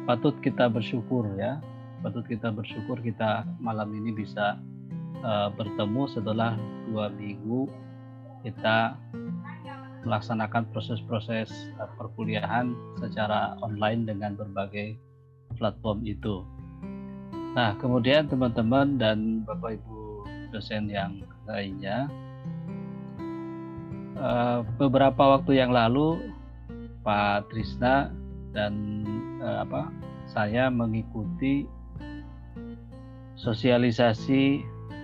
patut kita bersyukur ya. Patut kita bersyukur kita malam ini bisa bertemu setelah 2 minggu kita melaksanakan proses-proses perkuliahan secara online dengan berbagai platform itu. Nah, kemudian teman-teman dan Bapak Ibu dosen yang lainnya, beberapa waktu yang lalu Pak Trisna dan saya mengikuti sosialisasi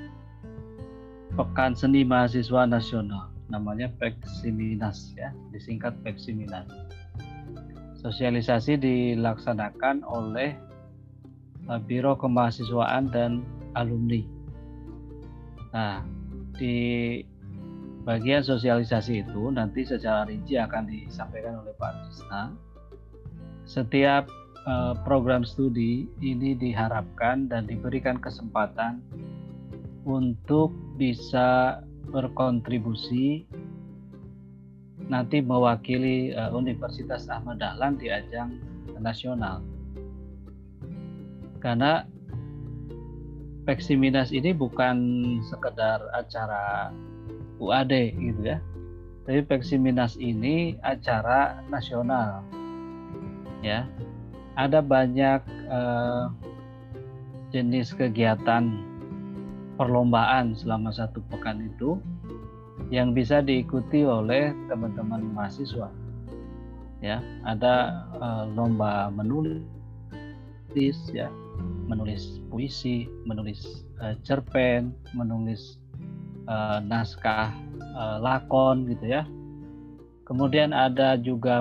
Pekan Seni Mahasiswa Nasional, namanya Peksiminas ya, disingkat Peksiminas. Sosialisasi dilaksanakan oleh Biro Kemahasiswaan dan Alumni. Nah, di bagian sosialisasi itu nanti secara rinci akan disampaikan oleh Pak Trisna. Setiap program studi ini diharapkan dan diberikan kesempatan untuk bisa berkontribusi nanti mewakili Universitas Ahmad Dahlan di ajang nasional. Karena Peksiminas ini bukan sekedar acara UAD gitu ya. Tapi Peksiminas ini acara nasional. Ya. Ada banyak jenis kegiatan perlombaan selama 1 pekan itu yang bisa diikuti oleh teman-teman mahasiswa. Ya, ada lomba menulis ya, menulis puisi, menulis cerpen, menulis naskah lakon gitu ya. Kemudian ada juga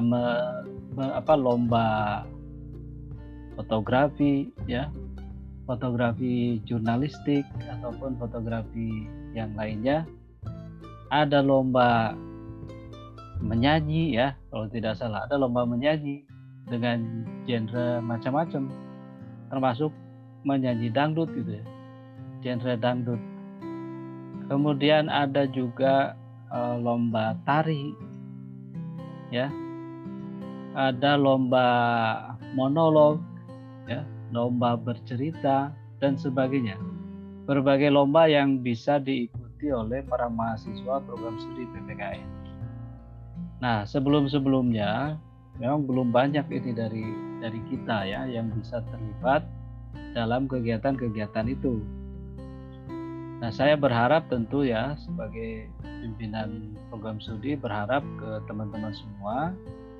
lomba fotografi ya, fotografi jurnalistik ataupun fotografi yang lainnya. Ada lomba menyanyi ya, kalau tidak salah ada lomba menyanyi dengan genre macam-macam, termasuk menyanyi dangdut gitu ya, genre dangdut. Kemudian ada juga lomba tari ya, ada lomba monolog ya, lomba bercerita dan sebagainya. Berbagai lomba yang bisa diikuti oleh para mahasiswa program studi PPKN. Nah, sebelum-sebelumnya memang belum banyak ini dari kita ya yang bisa terlibat dalam kegiatan-kegiatan itu. Nah, saya berharap tentu ya sebagai pimpinan program studi berharap ke teman-teman semua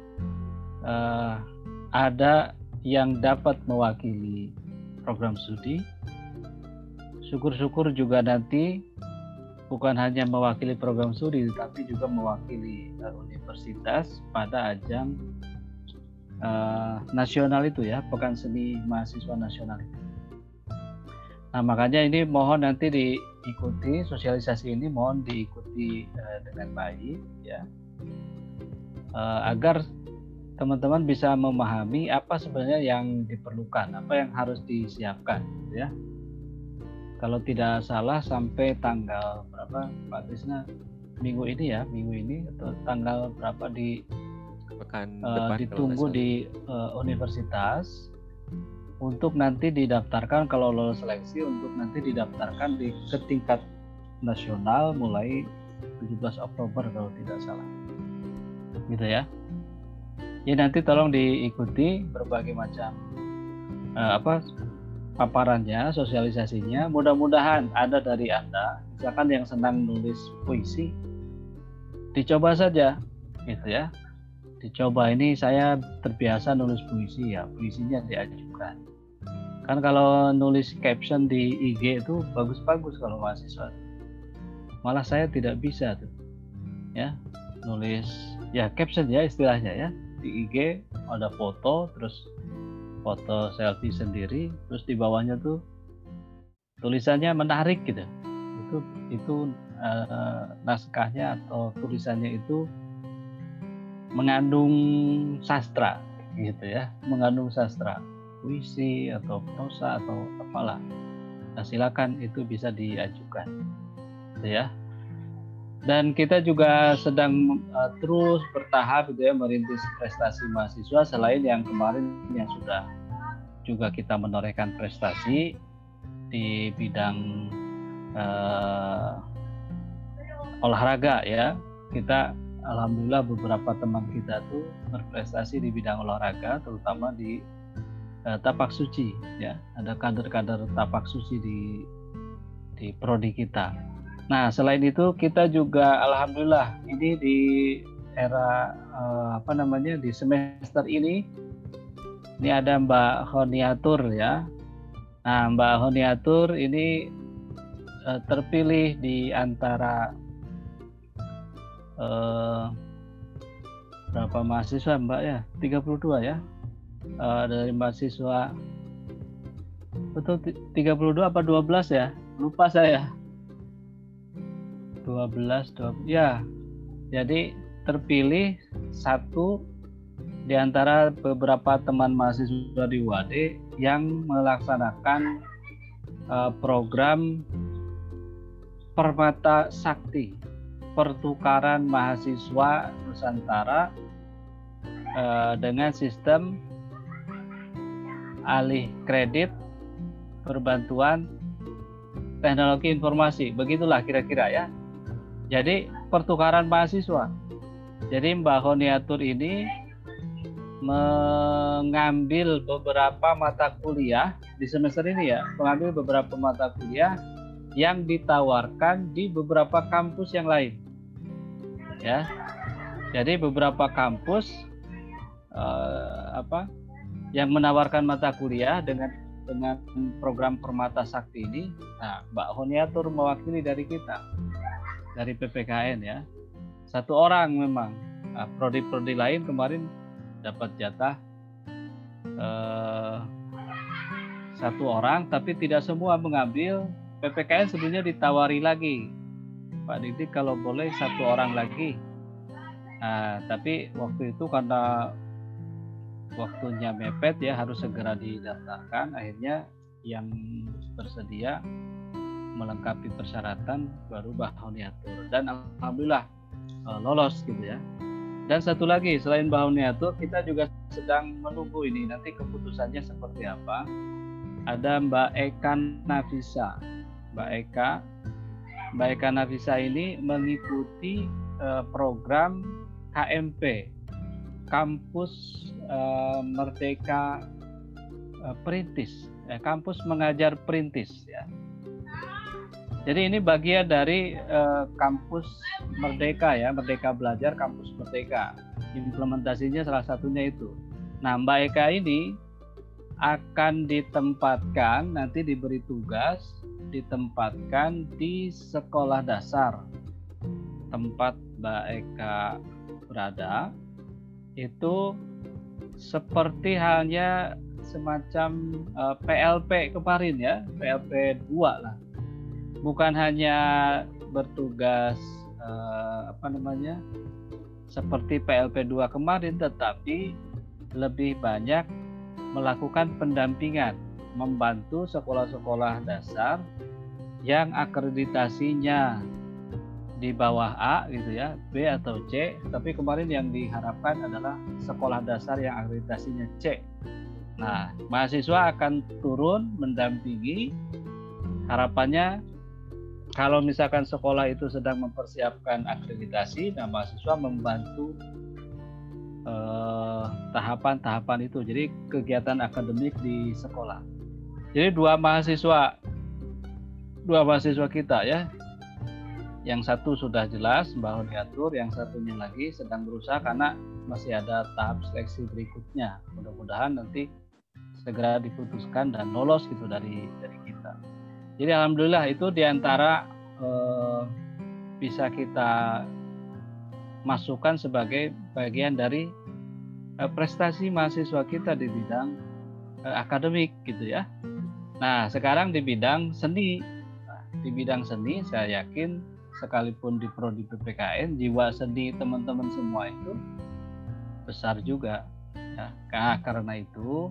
ada yang dapat mewakili program studi. Syukur-syukur juga nanti bukan hanya mewakili program studi, tapi juga mewakili universitas pada ajang nasional itu ya, Pekan Seni Mahasiswa Nasional itu. Nah, makanya ini mohon nanti diikuti, sosialisasi ini mohon diikuti dengan baik ya, agar teman-teman bisa memahami apa sebenarnya yang diperlukan, apa yang harus disiapkan ya. Kalau tidak salah sampai tanggal berapa Pak Trisna, minggu ini atau tanggal berapa pekan depan ditunggu di universitas untuk nanti didaftarkan, kalau lolos seleksi untuk nanti didaftarkan ke tingkat nasional mulai 17 Oktober kalau tidak salah gitu ya. Ya nanti tolong diikuti berbagai macam paparannya, sosialisasinya. Mudah-mudahan ada dari Anda, misalkan yang senang nulis puisi, dicoba saja gitu ya. Dicoba, ini saya terbiasa nulis puisi ya, puisinya diajukan. Kan kalau nulis caption di IG itu bagus-bagus kalau mahasiswa. Malah saya tidak bisa tuh. Ya, nulis ya caption ya istilahnya ya. Di IG ada foto, terus foto selfie sendiri, terus di bawahnya tuh tulisannya menarik gitu. Itu naskahnya atau tulisannya itu mengandung sastra gitu ya, mengandung sastra, puisi atau prosa atau apalah. Nah, silakan itu bisa diajukan gitu ya. Dan kita juga sedang terus bertahap gitu ya merintis prestasi mahasiswa, selain yang kemarin yang sudah juga kita menorehkan prestasi di bidang olahraga ya. Kita alhamdulillah beberapa teman kita tuh berprestasi di bidang olahraga, terutama di tapak suci ya. Ada kader-kader tapak suci di prodi kita. Nah, selain itu kita juga alhamdulillah ini di era di semester ini ada Mbak Honiatur ya. Nah, Mbak Honiatur ini terpilih di antara berapa mahasiswa Mbak ya? 32 ya. Dari mahasiswa betul 32 apa 12 ya? Lupa saya. 12 ya. Jadi terpilih satu di antara beberapa teman mahasiswa di UAD yang melaksanakan program Permata Sakti, pertukaran mahasiswa Nusantara dengan sistem alih kredit berbantuan teknologi informasi. Begitulah kira-kira ya. Jadi pertukaran mahasiswa. Jadi Mbak Honiatur ini mengambil beberapa mata kuliah di semester ini ya, mengambil beberapa mata kuliah yang ditawarkan di beberapa kampus yang lain. Ya. Jadi beberapa kampus yang menawarkan mata kuliah dengan program Permata Sakti ini. Nah, Mbak Honiatur mewakili dari kita. Dari PPKN ya, satu orang memang. Nah, prodi-prodi lain kemarin dapat jatah satu orang, tapi tidak semua mengambil. PPKN sebenarnya ditawari lagi, Pak Didik kalau boleh satu orang lagi. Nah, tapi waktu itu karena waktunya mepet ya, harus segera didaftarkan. Akhirnya yang bersedia melengkapi persyaratan baru Mbak Honiatur, dan alhamdulillah lolos gitu ya. Dan satu lagi selain Mbak Honiatur, kita juga sedang menunggu ini nanti keputusannya seperti apa. Ada Mbak Eka Nafisa. Mbak Eka Nafisa ini mengikuti program KMP, Kampus Merdeka Perintis, Kampus Mengajar Perintis ya. Jadi ini bagian dari kampus Merdeka ya, Merdeka Belajar, Kampus Merdeka. Implementasinya salah satunya itu. Nah, Mbak Eka ini akan ditempatkan, nanti diberi tugas, ditempatkan di sekolah dasar tempat Mbak Eka berada. Itu seperti halnya semacam PLP kemarin ya, PLP 2 lah. Bukan hanya bertugas seperti PLP 2 kemarin, tetapi lebih banyak melakukan pendampingan, membantu sekolah-sekolah dasar yang akreditasinya di bawah A gitu ya, B atau C, tapi kemarin yang diharapkan adalah sekolah dasar yang akreditasinya C. Nah, mahasiswa akan turun mendampingi. Harapannya kalau misalkan sekolah itu sedang mempersiapkan akreditasi, nah mahasiswa membantu tahapan-tahapan itu. Jadi kegiatan akademik di sekolah. Jadi dua mahasiswa kita ya. Yang satu sudah jelas Mbak Honiatur, yang satunya lagi sedang berusaha karena masih ada tahap seleksi berikutnya. Mudah-mudahan nanti segera diputuskan dan lolos gitu dari kita. Jadi alhamdulillah itu diantara bisa kita masukkan sebagai bagian dari prestasi mahasiswa kita di bidang akademik gitu ya. Nah, sekarang di bidang seni. Nah, di bidang seni saya yakin sekalipun di prodi PPKN, jiwa seni teman-teman semua itu besar juga ya. Karena itu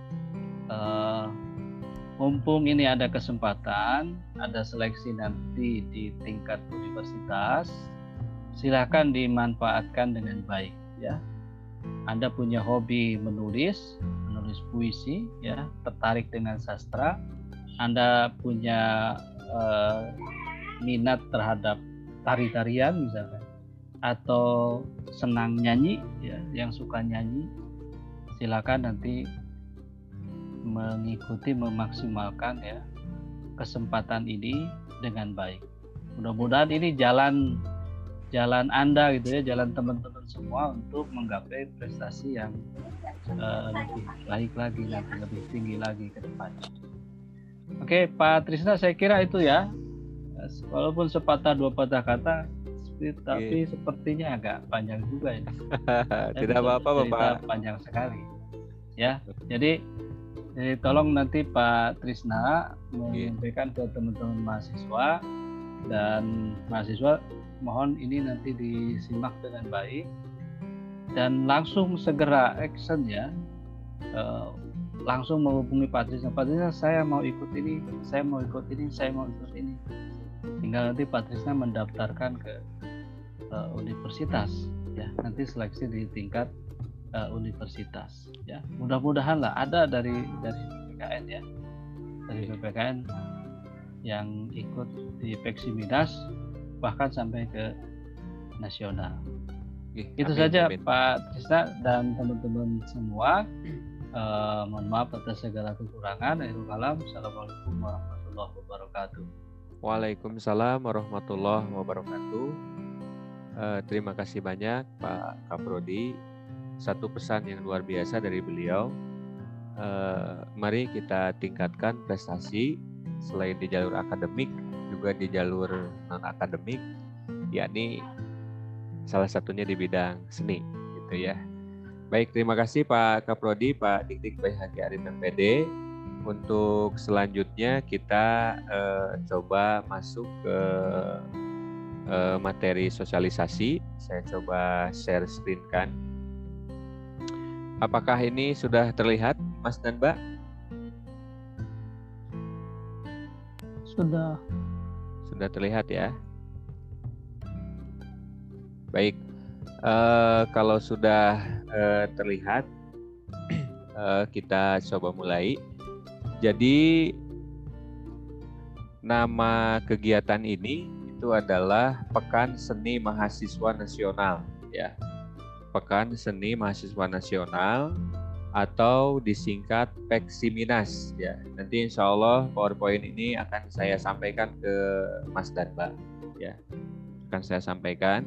mumpung ini ada kesempatan, ada seleksi nanti di tingkat universitas, silakan dimanfaatkan dengan baik ya. Anda punya hobi menulis menulis puisi, ya, tertarik dengan sastra, Anda punya minat terhadap tari-tarian misalkan, atau senang nyanyi, ya, yang suka nyanyi, silakan nanti mengikuti, memaksimalkan ya kesempatan ini dengan baik. Mudah-mudahan ini jalan Anda gitu ya, jalan teman-teman semua untuk menggapai prestasi yang lebih baik lagi nanti, lebih tinggi lagi ke depannya. Oke, Pak Trisna, saya kira itu ya. Walaupun sepatah dua patah kata, tapi sepertinya agak panjang juga ya. Tidak apa-apa, Bapak. Panjang sekali. Ya, jadi tolong nanti Pak Trisna menyampaikan ke teman-teman mahasiswa, dan mahasiswa mohon ini nanti disimak dengan baik dan langsung segera action ya. Langsung menghubungi Pak Trisna. Pak Trisna, saya mau ikut ini, saya mau ikut ini, saya mau ikut ini. Tinggal nanti Pak Trisna mendaftarkan ke universitas ya. Nanti seleksi di tingkat universitas ya. Mudah-mudahan lah ada dari PPKN ya. Dari PPKN yang ikut di Peksimidas bahkan sampai ke nasional. Itu saja Pak Trisna dan teman-teman semua. Mohon maaf atas segala kekurangan. Akhirul kalam. Assalamualaikum warahmatullahi wabarakatuh. Waalaikumsalam warahmatullahi wabarakatuh. Terima kasih banyak Pak Kaprodi. Satu pesan yang luar biasa dari beliau. Mari kita tingkatkan prestasi selain di jalur akademik, juga di jalur non akademik, yakni salah satunya di bidang seni, gitu ya. Baik, terima kasih Pak Kaprodi, Pak Dik-Dik BHG Arif MPD. Untuk selanjutnya kita coba masuk ke materi sosialisasi. Saya coba share screen kan. Apakah ini sudah terlihat, Mas dan Mbak? Sudah terlihat ya. Baik, kalau sudah terlihat, kita coba mulai. Jadi nama kegiatan ini itu adalah Pekan Seni Mahasiswa Nasional, ya. Pekan Seni Mahasiswa Nasional atau disingkat Peksiminas, ya. Nanti insya Allah PowerPoint ini akan saya sampaikan ke Mas dan Mbak, ya. Akan saya sampaikan.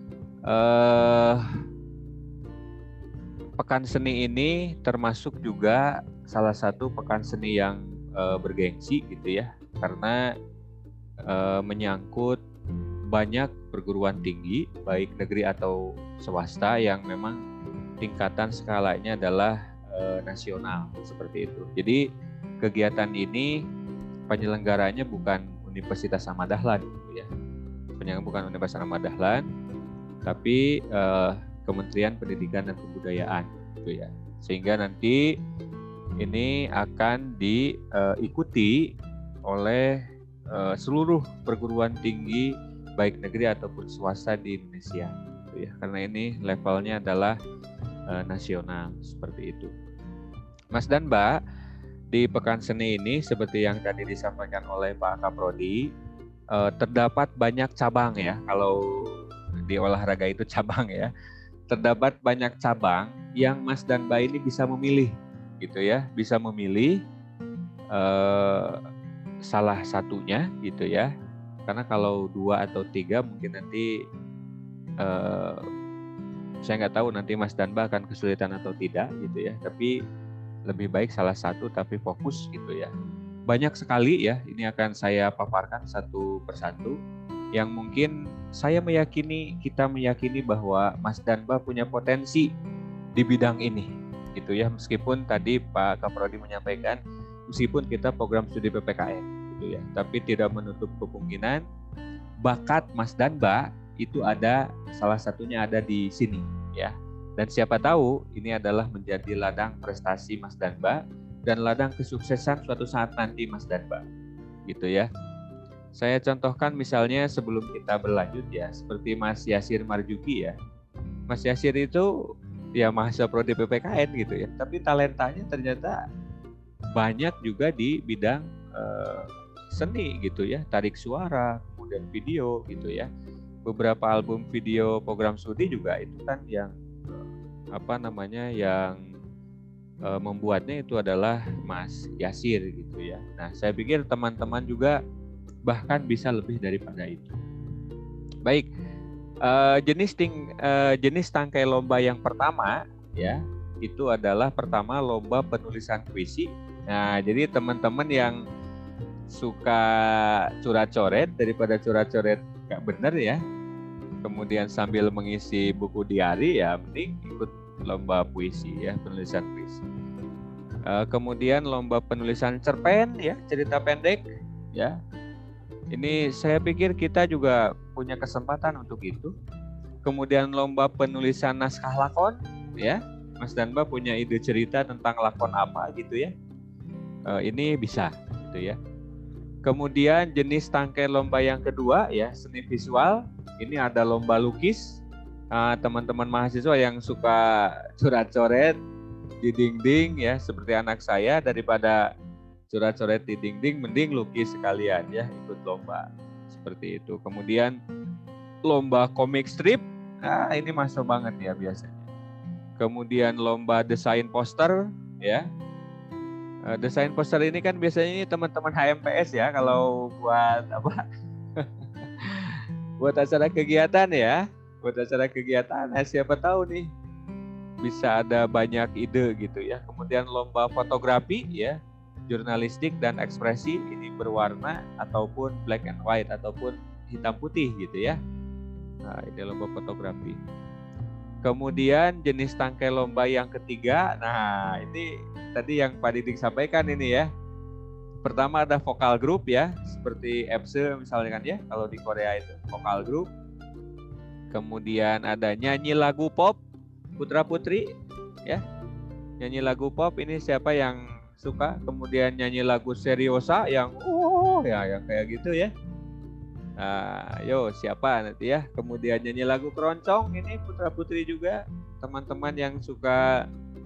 Pekan seni ini termasuk juga salah satu pekan seni yang bergengsi gitu ya, karena menyangkut banyak perguruan tinggi baik negeri atau swasta yang memang tingkatan skalanya adalah nasional seperti itu. Jadi kegiatan ini penyelenggaranya bukan Universitas Ahmad Dahlan gitu ya. Bukan Universitas Ahmad Dahlan, tapi Kementerian Pendidikan dan Kebudayaan gitu ya. Sehingga nanti ini akan diikuti oleh seluruh perguruan tinggi baik negeri ataupun swasta di Indonesia gitu ya. Karena ini levelnya adalah nasional seperti itu. Mas dan Mbak, di Pekan Seni ini seperti yang tadi disampaikan oleh Pak Kaprodi, terdapat banyak cabang ya. Kalau di olahraga itu cabang ya. Terdapat banyak cabang yang Mas dan Mbak ini bisa memilih gitu ya, bisa memilih salah satunya gitu ya. Karena kalau 2 atau 3 mungkin nanti saya nggak tahu nanti Mas dan Mbak akan kesulitan atau tidak gitu ya. Tapi lebih baik salah satu tapi fokus gitu ya. Banyak sekali ya, ini akan saya paparkan satu persatu. Yang mungkin kita meyakini bahwa Mas dan Mbak punya potensi di bidang ini gitu ya, meskipun tadi Pak Kaprodi menyampaikan meskipun kita program studi PPKN gitu ya, tapi tidak menutup kemungkinan bakat Mas dan Mbak itu ada, salah satunya ada di sini ya. Dan siapa tahu ini adalah menjadi ladang prestasi Mas dan Mbak dan ladang kesuksesan suatu saat nanti Mas dan Mbak gitu ya. Saya contohkan misalnya sebelum kita berlanjut ya, seperti Mas Yasir Marjuki ya. Mas Yasir itu ya mahasiswa prodi PPKN gitu ya. Tapi talentanya ternyata banyak juga di bidang seni gitu ya, tarik suara, kemudian video gitu ya. Beberapa album video program studi juga itu kan yang yang membuatnya itu adalah Mas Yasir gitu ya. Nah, saya pikir teman-teman juga bahkan bisa lebih daripada itu. Baik, jenis tangkai lomba yang pertama ya, itu adalah pertama lomba penulisan puisi. Nah, jadi teman-teman yang suka coret-coret daripada coret-coret gak bener ya, kemudian sambil mengisi buku diari ya, mending ikut lomba puisi ya, penulisan puisi. Kemudian lomba penulisan cerpen ya, cerita pendek ya. Ini saya pikir kita juga punya kesempatan untuk itu. Kemudian lomba penulisan naskah lakon ya. Mas Danba punya ide cerita tentang lakon apa gitu ya. Ini bisa gitu ya. Kemudian jenis tangkai lomba yang kedua ya, seni visual. Ini ada lomba lukis. Teman-teman mahasiswa yang suka coret-coret di dinding ya, seperti anak saya, daripada coret-coret di dinding mending lukis sekalian ya, ikut lomba seperti itu. Kemudian lomba komik strip. Nah, ini masuk banget ya biasanya. Kemudian lomba desain poster ya. Desain poster ini kan biasanya ini teman-teman HMPS ya, kalau buat apa? Buat acara kegiatan ya. Buat acara kegiatan, nah siapa tahu nih bisa ada banyak ide gitu ya. Kemudian lomba fotografi ya, jurnalistik dan ekspresi, ini berwarna ataupun black and white ataupun hitam putih gitu ya. Nah, ini lomba fotografi. Kemudian jenis tangkai lomba yang ketiga, nah ini tadi yang Pak Didik sampaikan ini ya. Pertama ada vokal group ya, seperti EPSE misalnya kan ya, kalau di Korea itu vokal group. Kemudian ada nyanyi lagu pop, putra putri ya. Nyanyi lagu pop ini siapa yang suka? Kemudian nyanyi lagu seriosa yang yang kayak gitu ya. Nah, yo siapa nanti ya. Kemudian nyanyi lagu keroncong, ini putra putri juga, teman-teman yang suka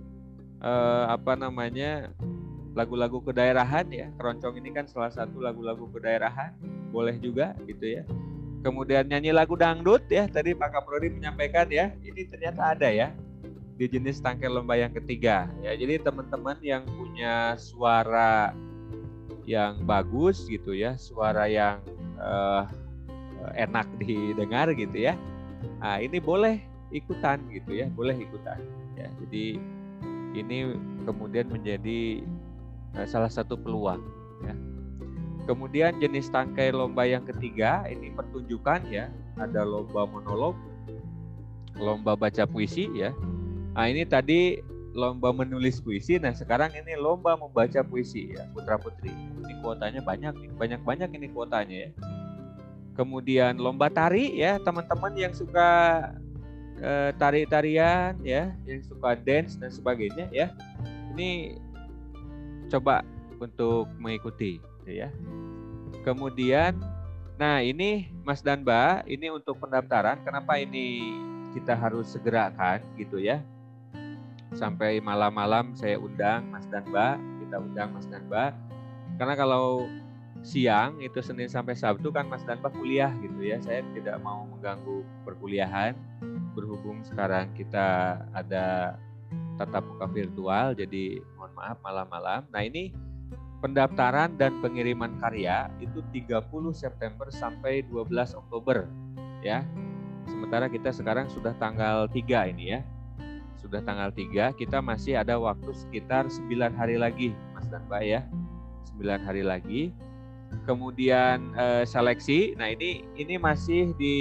lagu-lagu kedaerahan ya. Keroncong ini kan salah satu lagu-lagu kedaerahan, boleh juga gitu ya. Kemudian nyanyi lagu dangdut ya, tadi Pak Kaprodi menyampaikan ya, ini ternyata ada ya di jenis tangkai lomba yang ketiga ya. Jadi teman-teman yang punya suara yang bagus gitu ya, suara yang enak didengar gitu ya, nah ini boleh ikutan gitu ya, boleh ikutan ya. Jadi ini kemudian menjadi salah satu peluang ya. Kemudian jenis tangkai lomba yang ketiga ini pertunjukan ya, ada lomba monolog, lomba baca puisi ya. Nah ini tadi lomba menulis puisi, nah sekarang ini lomba membaca puisi ya, putra putri. Ini kuotanya banyak ini kuotanya ya. Kemudian lomba tari ya, teman-teman yang suka tari-tarian ya, yang suka dance dan sebagainya ya. Ini coba untuk mengikuti ya. Kemudian nah ini Mas dan Mbak, ini untuk pendaftaran, kenapa ini kita harus segerakan gitu ya. Sampai malam-malam saya undang Mas dan Mbak, kita undang Mas dan Mbak. Karena kalau siang itu Senin sampai Sabtu kan Mas dan Mbak kuliah gitu ya. Saya tidak mau mengganggu perkuliahan, berhubung sekarang kita ada tatap muka virtual, jadi mohon maaf malam-malam. Nah ini pendaftaran dan pengiriman karya itu 30 September sampai 12 Oktober ya. Sementara kita sekarang sudah tanggal 3 ini ya. Sudah tanggal 3, kita masih ada waktu sekitar 9 hari lagi Mas dan Mbak ya. 9 hari lagi. Kemudian seleksi, nah ini masih di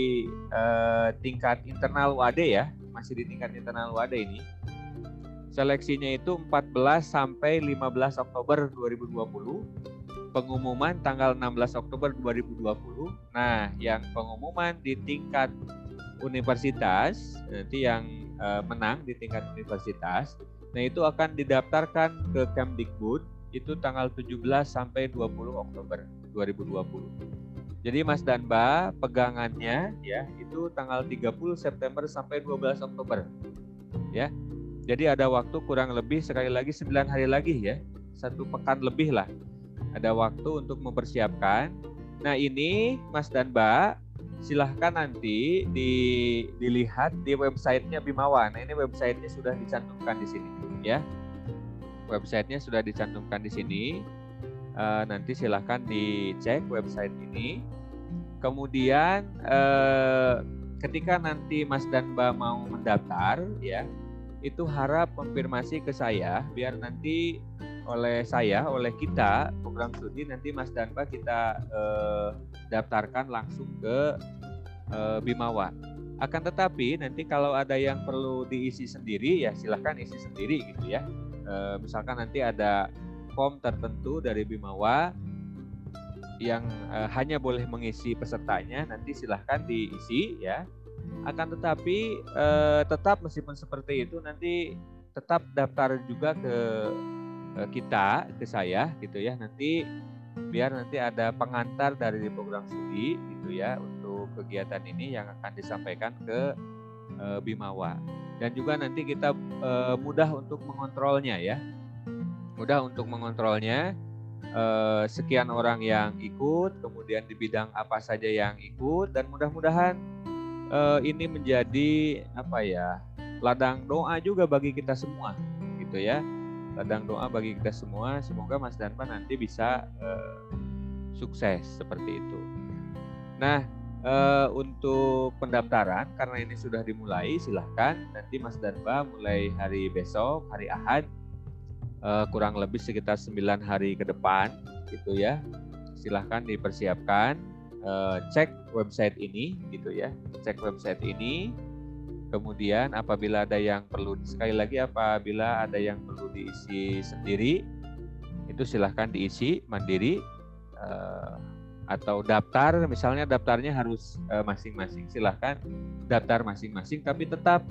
tingkat internal UAD ya, masih di tingkat internal UAD ini. Seleksinya itu 14 sampai 15 Oktober 2020. Pengumuman tanggal 16 Oktober 2020. Nah, yang pengumuman di tingkat universitas, nanti yang menang di tingkat universitas, nah itu akan didaftarkan ke Kemdikbud itu tanggal 17 sampai 20 Oktober 2020. Jadi Mas dan Mbak pegangannya ya itu tanggal 30 September sampai 12 Oktober. ya. Jadi ada waktu kurang lebih sekali lagi 9 hari lagi ya, 1 pekan lebih lah. Ada waktu untuk mempersiapkan. Nah ini Mas dan Mbak, silahkan nanti dilihat di websitenya Bimawa. Nah ini websitenya sudah dicantumkan di sini ya. Websitenya sudah dicantumkan di sini. Nanti silahkan dicek website ini. Kemudian ketika nanti Mas dan Mbak mau mendaftar ya, itu harap konfirmasi ke saya biar nanti oleh kita program studi nanti Mas dan Mbak kita daftarkan langsung ke Bimawa. Akan tetapi nanti kalau ada yang perlu diisi sendiri ya silahkan isi sendiri gitu ya. Misalkan nanti ada form tertentu dari Bimawa yang hanya boleh mengisi pesertanya, nanti silahkan diisi ya. Akan tetapi tetap meskipun seperti itu nanti tetap daftar juga ke kita, ke saya gitu ya. Nanti biar nanti ada pengantar dari program studi gitu ya untuk kegiatan ini yang akan disampaikan ke Bimawa. Dan juga nanti kita mudah untuk mengontrolnya ya. Mudah untuk mengontrolnya. Sekian orang yang ikut, kemudian di bidang apa saja yang ikut, dan mudah-mudahan ini menjadi ladang doa juga bagi kita semua gitu ya, ladang doa bagi kita semua. Semoga Mas dan Mbak nanti bisa sukses seperti itu. Nah untuk pendaftaran karena ini sudah dimulai, silahkan nanti Mas dan Mbak mulai hari besok, hari Ahad, kurang lebih sekitar 9 hari ke depan gitu ya, silahkan dipersiapkan. Cek website ini gitu ya, cek website ini. Kemudian apabila ada yang perlu, sekali lagi apabila ada yang perlu diisi sendiri itu silahkan diisi mandiri, atau daftar, misalnya daftarnya harus masing-masing, silahkan daftar masing-masing, tapi tetap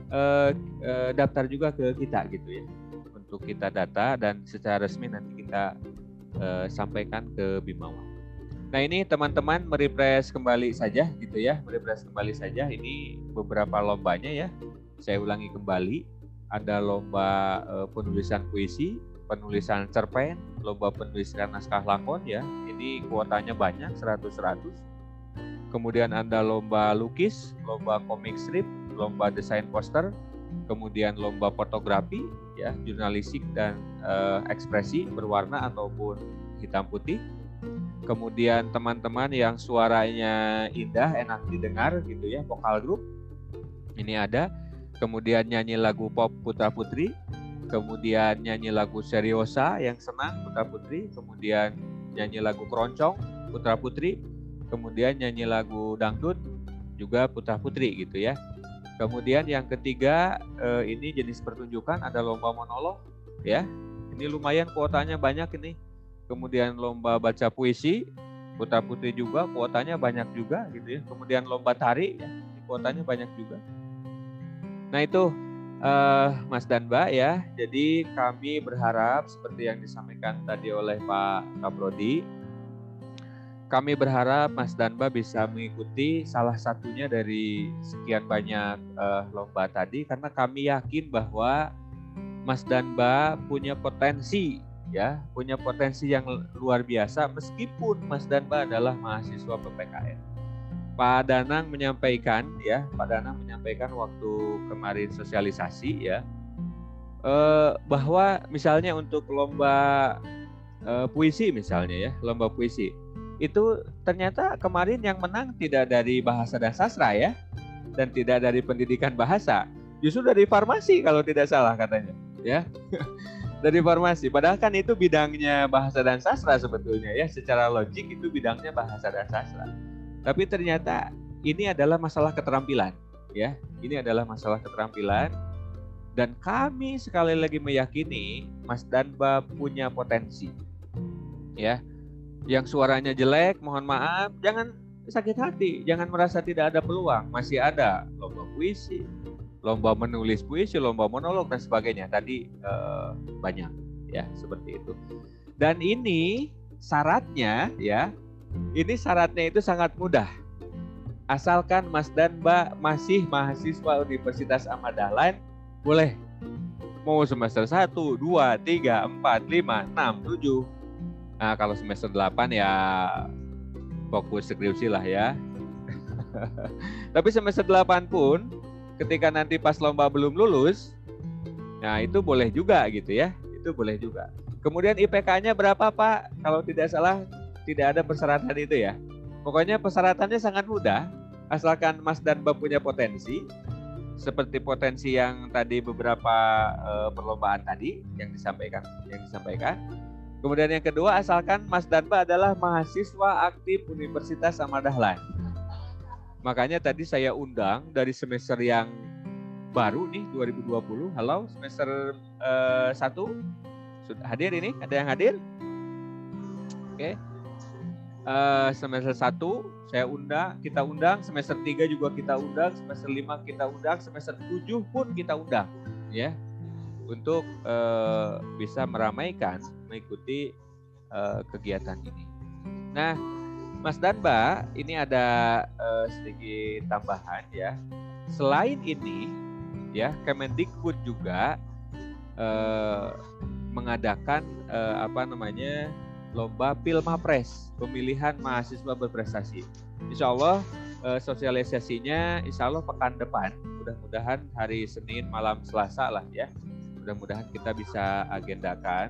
daftar juga ke kita gitu ya, untuk kita data dan secara resmi nanti kita sampaikan ke Bimawa. Nah ini teman-teman merefresh kembali saja gitu ya, merefresh kembali saja. Ini beberapa lombanya ya. Saya ulangi kembali. Ada lomba penulisan puisi, penulisan cerpen, lomba penulisan naskah lakon ya. Ini kuotanya banyak 100. Kemudian ada lomba lukis, lomba komik strip, lomba desain poster, kemudian lomba fotografi ya, jurnalistik dan ekspresi berwarna ataupun hitam putih. Kemudian teman-teman yang suaranya indah, enak didengar gitu ya, vokal group ini ada. Kemudian nyanyi lagu pop putra putri, kemudian nyanyi lagu seriosa yang senang putra putri, kemudian nyanyi lagu keroncong putra putri, kemudian nyanyi lagu dangdut juga putra putri gitu ya. Kemudian yang ketiga ini jenis pertunjukan, ada lomba monolog ya, ini lumayan kuotanya banyak ini. Kemudian lomba baca puisi putra putri juga kuotanya banyak juga gitu ya. Kemudian lomba tari ya, kuotanya banyak juga. Nah itu Mas dan Mbak ya. Jadi kami berharap seperti yang disampaikan tadi oleh Pak Kaprodi, kami berharap Mas dan Mbak bisa mengikuti salah satunya dari sekian banyak lomba tadi, karena kami yakin bahwa Mas dan Mbak punya potensi ya, punya potensi yang luar biasa meskipun Mas dan Mbak adalah mahasiswa PPKN. Pak Danang menyampaikan ya, Pak Danang menyampaikan waktu kemarin sosialisasi ya, bahwa misalnya untuk lomba puisi misalnya ya, lomba puisi itu ternyata kemarin yang menang tidak dari bahasa dan sastra ya, dan tidak dari pendidikan bahasa, justru dari farmasi kalau tidak salah katanya ya. Dari farmasi, padahal kan itu bidangnya bahasa dan sastra sebetulnya ya, secara logik itu bidangnya bahasa dan sastra. Tapi ternyata ini adalah masalah keterampilan ya, ini adalah masalah keterampilan. Dan kami sekali lagi meyakini Mas dan Mbak punya potensi ya. Yang suaranya jelek, mohon maaf, jangan sakit hati, jangan merasa tidak ada peluang, masih ada lomba puisi, lomba menulis puisi, lomba monolog dan sebagainya tadi banyak ya, seperti itu. Dan ini syaratnya ya, ini syaratnya itu sangat mudah. Asalkan Mas dan Mbak masih mahasiswa Universitas Ahmad Dahlan Boleh. Mau semester 1, 2, 3, 4, 5, 6, 7. Nah, kalau semester 8 ya fokus skripsi lah ya. Tapi semester 8 pun ketika nanti pas lomba belum lulus, nah itu boleh juga gitu ya. Itu boleh juga. Kemudian IPK-nya berapa Pak? Kalau tidak salah tidak ada persyaratan itu ya. Pokoknya persyaratannya sangat mudah. Asalkan Mas dan Mbak punya potensi, seperti potensi yang tadi beberapa perlombaan tadi yang disampaikan. Kemudian yang kedua, asalkan Mas dan Mbak adalah mahasiswa aktif Universitas Ahmad Dahlan. Makanya tadi saya undang dari semester yang baru nih 2020. Halo semester 1 sudah hadir ini? Ada yang hadir? Oke. Semester 1 kita undang, semester 3 juga kita undang, semester 5 kita undang, semester 7 pun kita undang ya. Untuk bisa meramaikan mengikuti kegiatan ini. Nah, Mas dan Mbak, ini ada sedikit tambahan ya. Selain ini, ya Kemendikbud juga mengadakan lomba Pilmapres, pemilihan mahasiswa berprestasi. Insya Allah sosialisasinya Insya Allah pekan depan. Mudah-mudahan hari Senin malam Selasa lah ya. Mudah-mudahan kita bisa agendakan.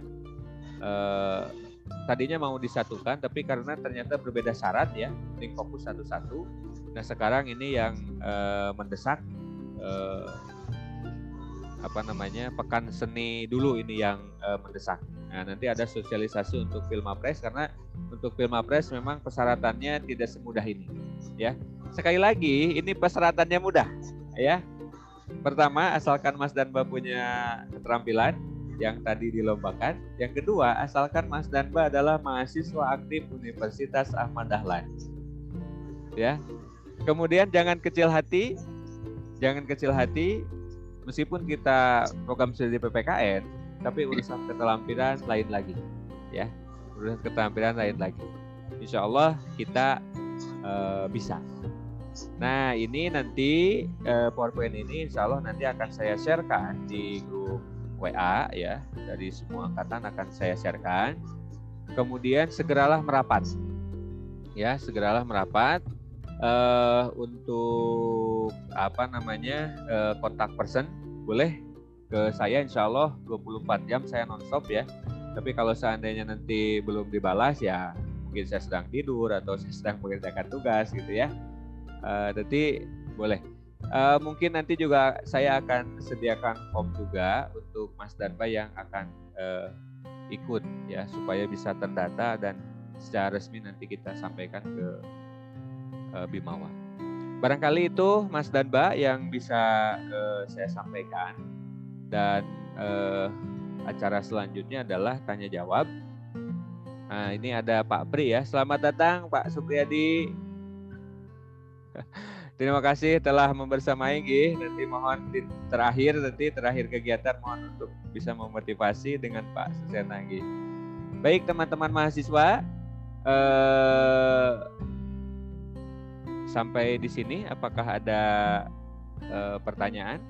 Tadinya mau disatukan, tapi karena ternyata berbeda syarat ya, ini fokus satu-satu. Nah sekarang ini yang mendesak pekan seni dulu ini yang mendesak. Nah nanti ada sosialisasi untuk Pilmapres, karena untuk Pilmapres memang persyaratannya tidak semudah ini. Ya sekali lagi ini persyaratannya mudah ya. Pertama, asalkan Mas dan Mbak punya keterampilan yang tadi dilombakan. Yang kedua, asalkan Mas dan Mbak adalah mahasiswa aktif Universitas Ahmad Dahlan. Ya. Kemudian jangan kecil hati. Meskipun kita program studi PPKN, tapi urusan keterampilan lain lagi. Ya. Urusan keterampilan lain lagi. Insya Allah kita bisa. Nah ini nanti PowerPoint ini insya Allah nanti akan saya sharekan di grup WA ya, dari semua angkatan akan saya sharekan. Kemudian segeralah merapat ya, untuk kontak person boleh ke saya, insya Allah 24 jam saya nonstop ya. Tapi kalau seandainya nanti belum dibalas ya mungkin saya sedang tidur atau saya sedang mengerjakan tugas gitu ya. Jadi boleh. Mungkin nanti juga saya akan sediakan form juga untuk Mas dan Mbak yang akan ikut ya, supaya bisa terdata dan secara resmi nanti kita sampaikan ke Bimawa. Barangkali itu Mas dan Mbak yang bisa saya sampaikan, dan acara selanjutnya adalah tanya jawab. Nah ini ada Pak Pri ya. Selamat datang Pak Supriyadi. Terima kasih telah membersamai nggih. Nanti mohon terakhir kegiatan mohon untuk bisa memotivasi dengan Pak Susena nggih. Baik teman-teman mahasiswa, sampai di sini apakah ada pertanyaan?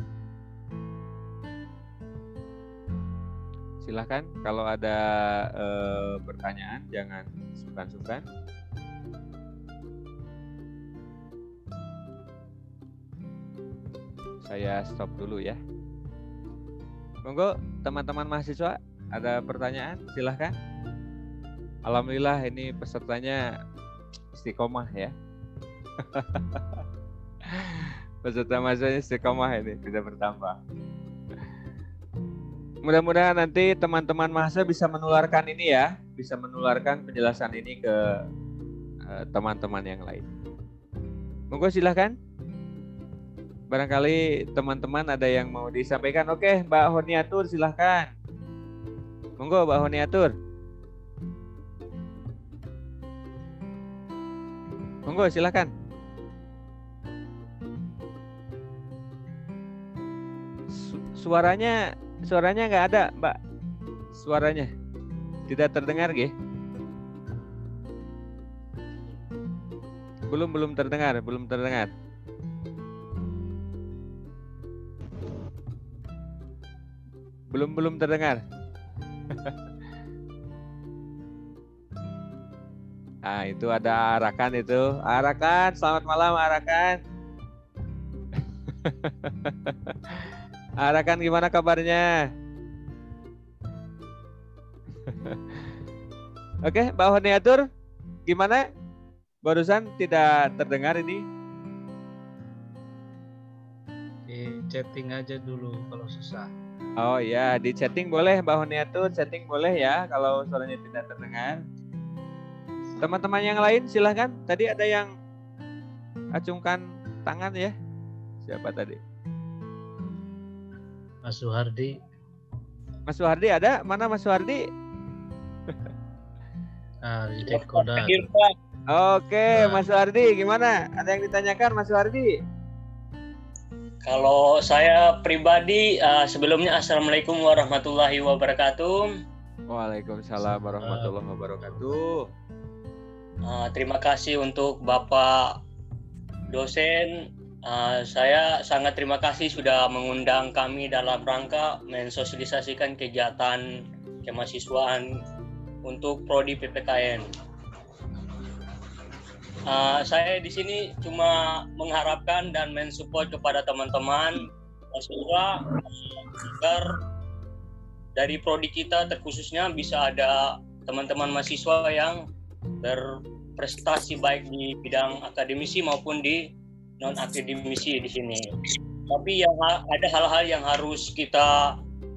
Silahkan kalau ada pertanyaan jangan sungkan-sungkan. Saya stop dulu ya. Monggo teman-teman mahasiswa, ada pertanyaan silahkan. Alhamdulillah ini pesertanya istiqomah ya. Peserta mahasiswanya istiqomah ini, tidak bertambah. Mudah-mudahan nanti teman-teman mahasiswa bisa menularkan ini ya, bisa menularkan penjelasan ini ke teman-teman yang lain. Monggo silahkan. Barangkali teman-teman ada yang mau disampaikan. Oke, Mbak Honiatur silahkan. Monggo Mbak Honiatur. Monggo silahkan. Suaranya nggak ada, Mbak. Suaranya tidak terdengar, nggih? Belum terdengar. Belum terdengar. Nah, itu ada Arakan itu. Arakan, selamat malam Arakan. Arakan gimana kabarnya? Oke, Mbak Honiatur, gimana? Barusan tidak terdengar ini. Di chatting aja dulu kalau susah. Oh ya, di chatting boleh Mbak Honiatur, chatting boleh ya kalau suaranya tidak terdengar. Teman-teman yang lain silahkan. Tadi ada yang acungkan tangan ya. Siapa tadi? Mas Suhardi. Mas Suhardi ada? Mana Mas Suhardi? Di chat koda. Oke, Mas Suhardi gimana? Ada yang ditanyakan Mas Suhardi? Kalau saya pribadi sebelumnya Assalamualaikum warahmatullahi wabarakatuh. Waalaikumsalam warahmatullahi wabarakatuh. Terima kasih untuk Bapak dosen. Saya sangat terima kasih sudah mengundang kami dalam rangka mensosialisasikan kegiatan kemahasiswaan untuk prodi PPKN. Saya di sini cuma mengharapkan dan mensupport kepada teman-teman mahasiswa agar dari prodi kita terkhususnya bisa ada teman-teman mahasiswa yang berprestasi baik di bidang akademisi maupun di non akademisi di sini. Tapi yang ada hal-hal yang harus kita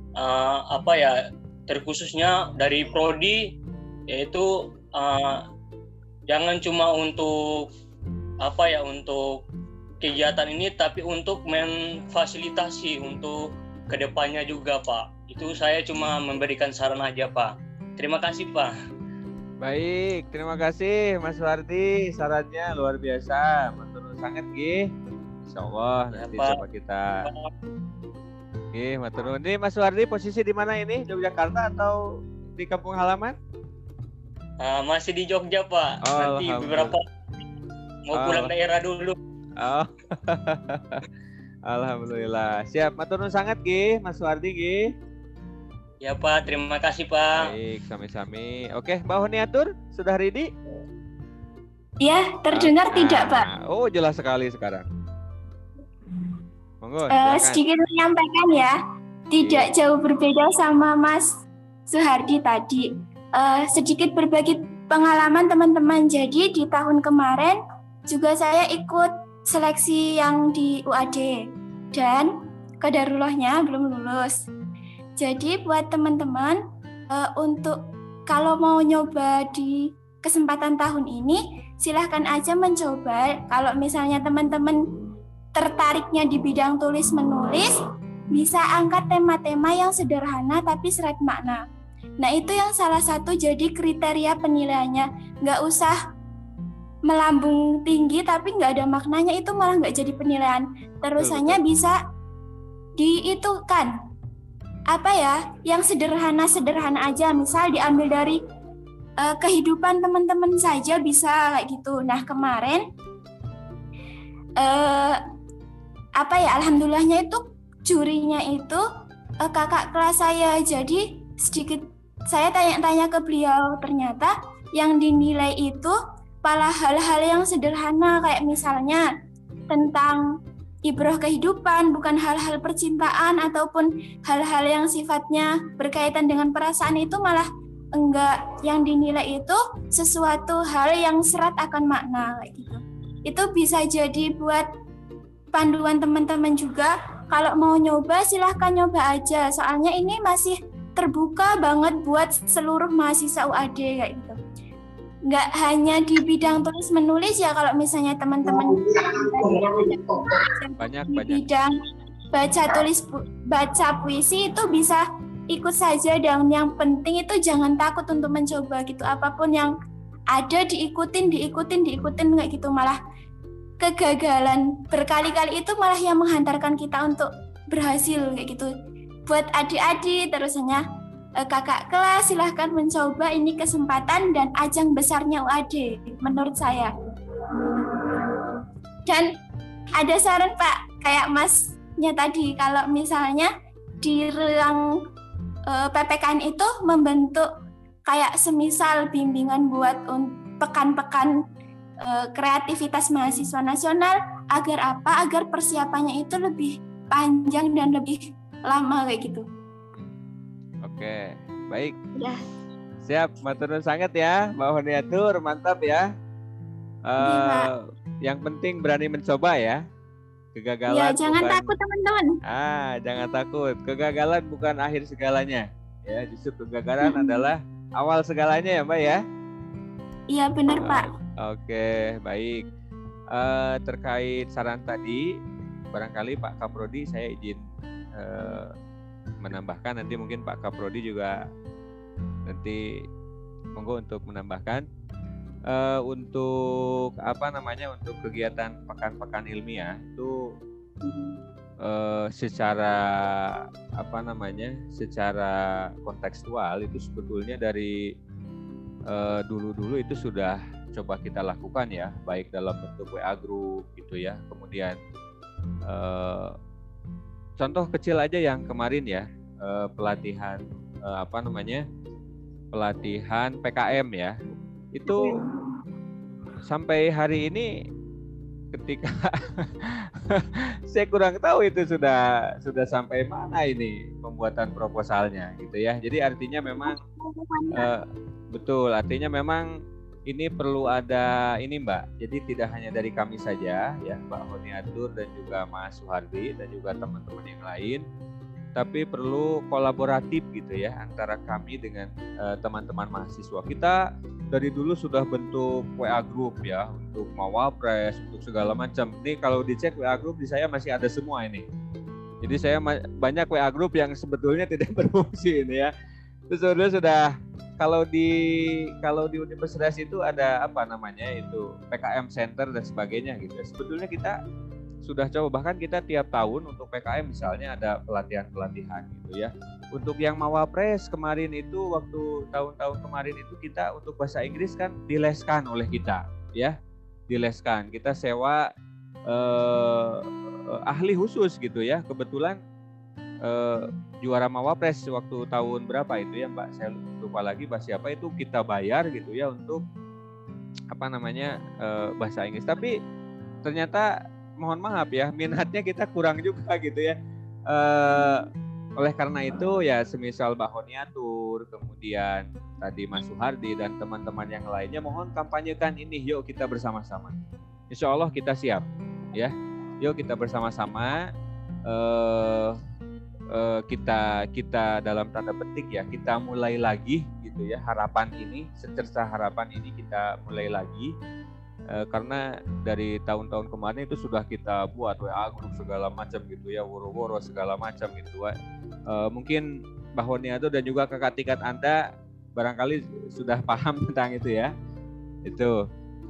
terkhususnya dari prodi, yaitu jangan cuma untuk untuk kegiatan ini, tapi untuk memfasilitasi untuk kedepannya juga Pak. Itu saya cuma memberikan saran aja Pak. Terima kasih Pak. Baik, terima kasih Mas Suhardi, sarannya luar biasa, matur sangat nggih. Insyaallah nanti coba kita. Nggih, matur nuwun. Ini Mas Suhardi posisi di mana ini? Yogyakarta atau di kampung halaman? Masih di Jogja Pak. Nanti beberapa mau pulang daerah dulu. Oh. Alhamdulillah. Siap, matur nuwun sangat nggih Mas Suhardi nggih. Ya Pak, terima kasih Pak. Baik, sami-sami. Oke, Mbak Honiatur, sudah ready? Ya, terdengar tidak Pak? Oh, jelas sekali sekarang. Monggo, sedikit menyampaikan ya, tidak jauh berbeda sama Mas Suhardi tadi. Sedikit berbagi pengalaman teman-teman. Jadi di tahun kemarin juga saya ikut seleksi yang di UAD dan qadarullahnya belum lulus. Jadi buat teman-teman untuk kalau mau nyoba di kesempatan tahun ini, silahkan aja mencoba. Kalau misalnya teman-teman tertariknya di bidang tulis menulis, bisa angkat tema-tema yang sederhana tapi syarat makna. Nah itu yang salah satu jadi kriteria penilaiannya. Nggak usah melambung tinggi tapi nggak ada maknanya, itu malah nggak jadi penilaian. Terusannya bisa diitukan. Yang sederhana-sederhana aja, misal diambil dari kehidupan teman-teman saja bisa kayak gitu. Nah kemarin alhamdulillahnya itu jurinya itu kakak kelas saya. Jadi sedikit saya tanya-tanya ke beliau, ternyata yang dinilai itu malah hal-hal yang sederhana kayak misalnya tentang ibrah kehidupan, bukan hal-hal percintaan ataupun hal-hal yang sifatnya berkaitan dengan perasaan. Itu malah enggak, yang dinilai itu sesuatu hal yang serat akan makna kayak gitu. Itu bisa jadi buat panduan teman-teman juga. Kalau mau nyoba silahkan nyoba aja, soalnya ini masih terbuka banget buat seluruh mahasiswa UAD kayak gitu. Nggak hanya di bidang tulis menulis ya, kalau misalnya teman-teman banyak bidang baca puisi itu bisa ikut saja, dan yang penting itu jangan takut untuk mencoba gitu. Apapun yang ada diikutin kayak gitu. Malah kegagalan berkali-kali itu malah yang menghantarkan kita untuk berhasil kayak gitu. Buat adik-adik terusnya kakak kelas, silahkan mencoba, ini kesempatan dan ajang besarnya UAD menurut saya. Dan ada saran Pak, kayak Masnya tadi, kalau misalnya di ruang PPKN itu membentuk kayak semisal bimbingan buat pekan-pekan kreativitas mahasiswa nasional, agar apa? Agar persiapannya itu lebih panjang dan lebih lama kayak gitu. Oke, baik. Ya. Siap, matur nuwun sangat ya, Mbak Honiatur, mantap ya. Yang penting berani mencoba ya. Kegagalan ya, jangan bukan, takut teman-teman. Jangan takut. Kegagalan bukan akhir segalanya. Ya, justru kegagalan adalah awal segalanya ya, Mbak ya. Iya, benar, Pak. Oke, baik. Terkait saran tadi, barangkali Pak Kaprodi saya izin menambahkan, nanti mungkin Pak Kaprodi juga nanti monggo untuk menambahkan. Untuk untuk kegiatan pekan-pekan ilmiah itu secara secara kontekstual itu sebetulnya dari dulu-dulu itu sudah coba kita lakukan ya, baik dalam bentuk WA group gitu ya, kemudian contoh kecil aja yang kemarin ya, pelatihan pelatihan PKM ya, itu sampai hari ini ketika saya kurang tahu itu sudah sampai mana ini pembuatan proposalnya gitu ya. Jadi artinya memang betul, artinya memang ini perlu ada ini Mbak. Jadi tidak hanya dari kami saja ya, Mbak Honiatur dan juga Mas Suhardi dan juga teman-teman yang lain, tapi perlu kolaboratif gitu ya antara kami dengan teman-teman mahasiswa. Kita dari dulu sudah bentuk WA group ya, untuk Mawapres, untuk segala macam. Ini kalau dicek WA group di saya masih ada semua ini. Jadi saya banyak WA group yang sebetulnya tidak berfungsi ini ya. Terus sudah kalau di universitas itu ada itu PKM Center dan sebagainya gitu. Sebetulnya kita sudah coba, bahkan kita tiap tahun untuk PKM misalnya ada pelatihan-pelatihan gitu ya. Untuk yang Mawapres kemarin itu, waktu tahun-tahun kemarin itu kita untuk bahasa Inggris kan dileskan oleh kita ya, dileskan. Kita sewa ahli khusus gitu ya. Kebetulan juara Mawapres waktu tahun berapa itu ya Mbak, saya lupa lagi siapa itu, kita bayar gitu ya untuk bahasa Inggris. Tapi ternyata mohon maaf ya, minatnya kita kurang juga gitu ya. Oleh karena itu ya, semisal Mbak Honiatur, kemudian tadi Mas Suhardi dan teman-teman yang lainnya, mohon kampanyekan ini, yuk kita bersama-sama. Insya Allah kita siap ya. Yuk kita bersama-sama kita dalam tanda petik ya, kita mulai lagi gitu ya, harapan ini, secerca harapan ini kita mulai lagi. Karena dari tahun-tahun kemarin itu sudah kita buat WA group segala macam gitu ya, woro-woro segala macam gitu. Mungkin Mbak Honiatur dan juga kakak tingkat Anda barangkali sudah paham tentang itu ya. Itu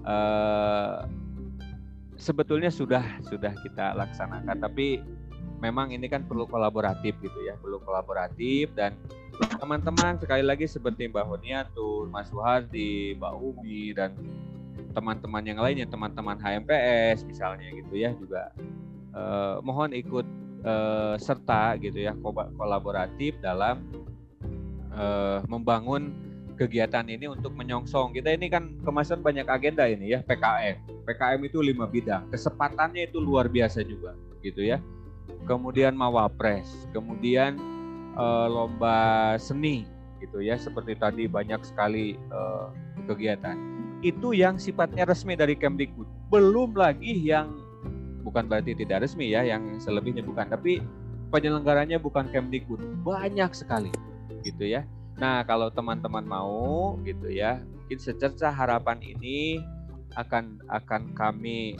sebetulnya sudah kita laksanakan, tapi memang ini kan perlu kolaboratif gitu ya, perlu kolaboratif. Dan teman-teman sekali lagi seperti Mbak Honiatur, Mas Suhardi, Mbak Umi dan teman-teman yang lainnya, teman-teman HMPS misalnya gitu ya, juga mohon ikut serta gitu ya, kolaboratif dalam membangun kegiatan ini untuk menyongsong. Kita ini kan kemasan banyak agenda ini ya, PKM itu 5 bidang, kesempatannya itu luar biasa juga gitu ya. Kemudian Mawapres, kemudian lomba seni gitu ya, seperti tadi banyak sekali kegiatan. Itu yang sifatnya resmi dari Kemdikbud. Belum lagi yang bukan berarti tidak resmi ya, yang selebihnya bukan, tapi penyelenggaranya bukan Kemdikbud. Banyak sekali gitu ya. Nah, kalau teman-teman mau gitu ya, mungkin secerca harapan ini akan kami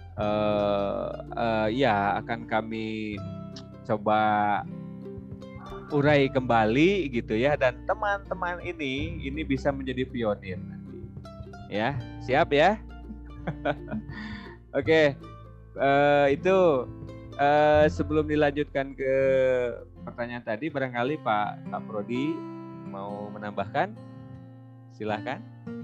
akan kami coba urai kembali gitu ya, dan teman-teman ini bisa menjadi pionir. Ya, siap ya. Oke, itu sebelum dilanjutkan ke pertanyaan tadi, barangkali Pak Prodi mau menambahkan, silahkan.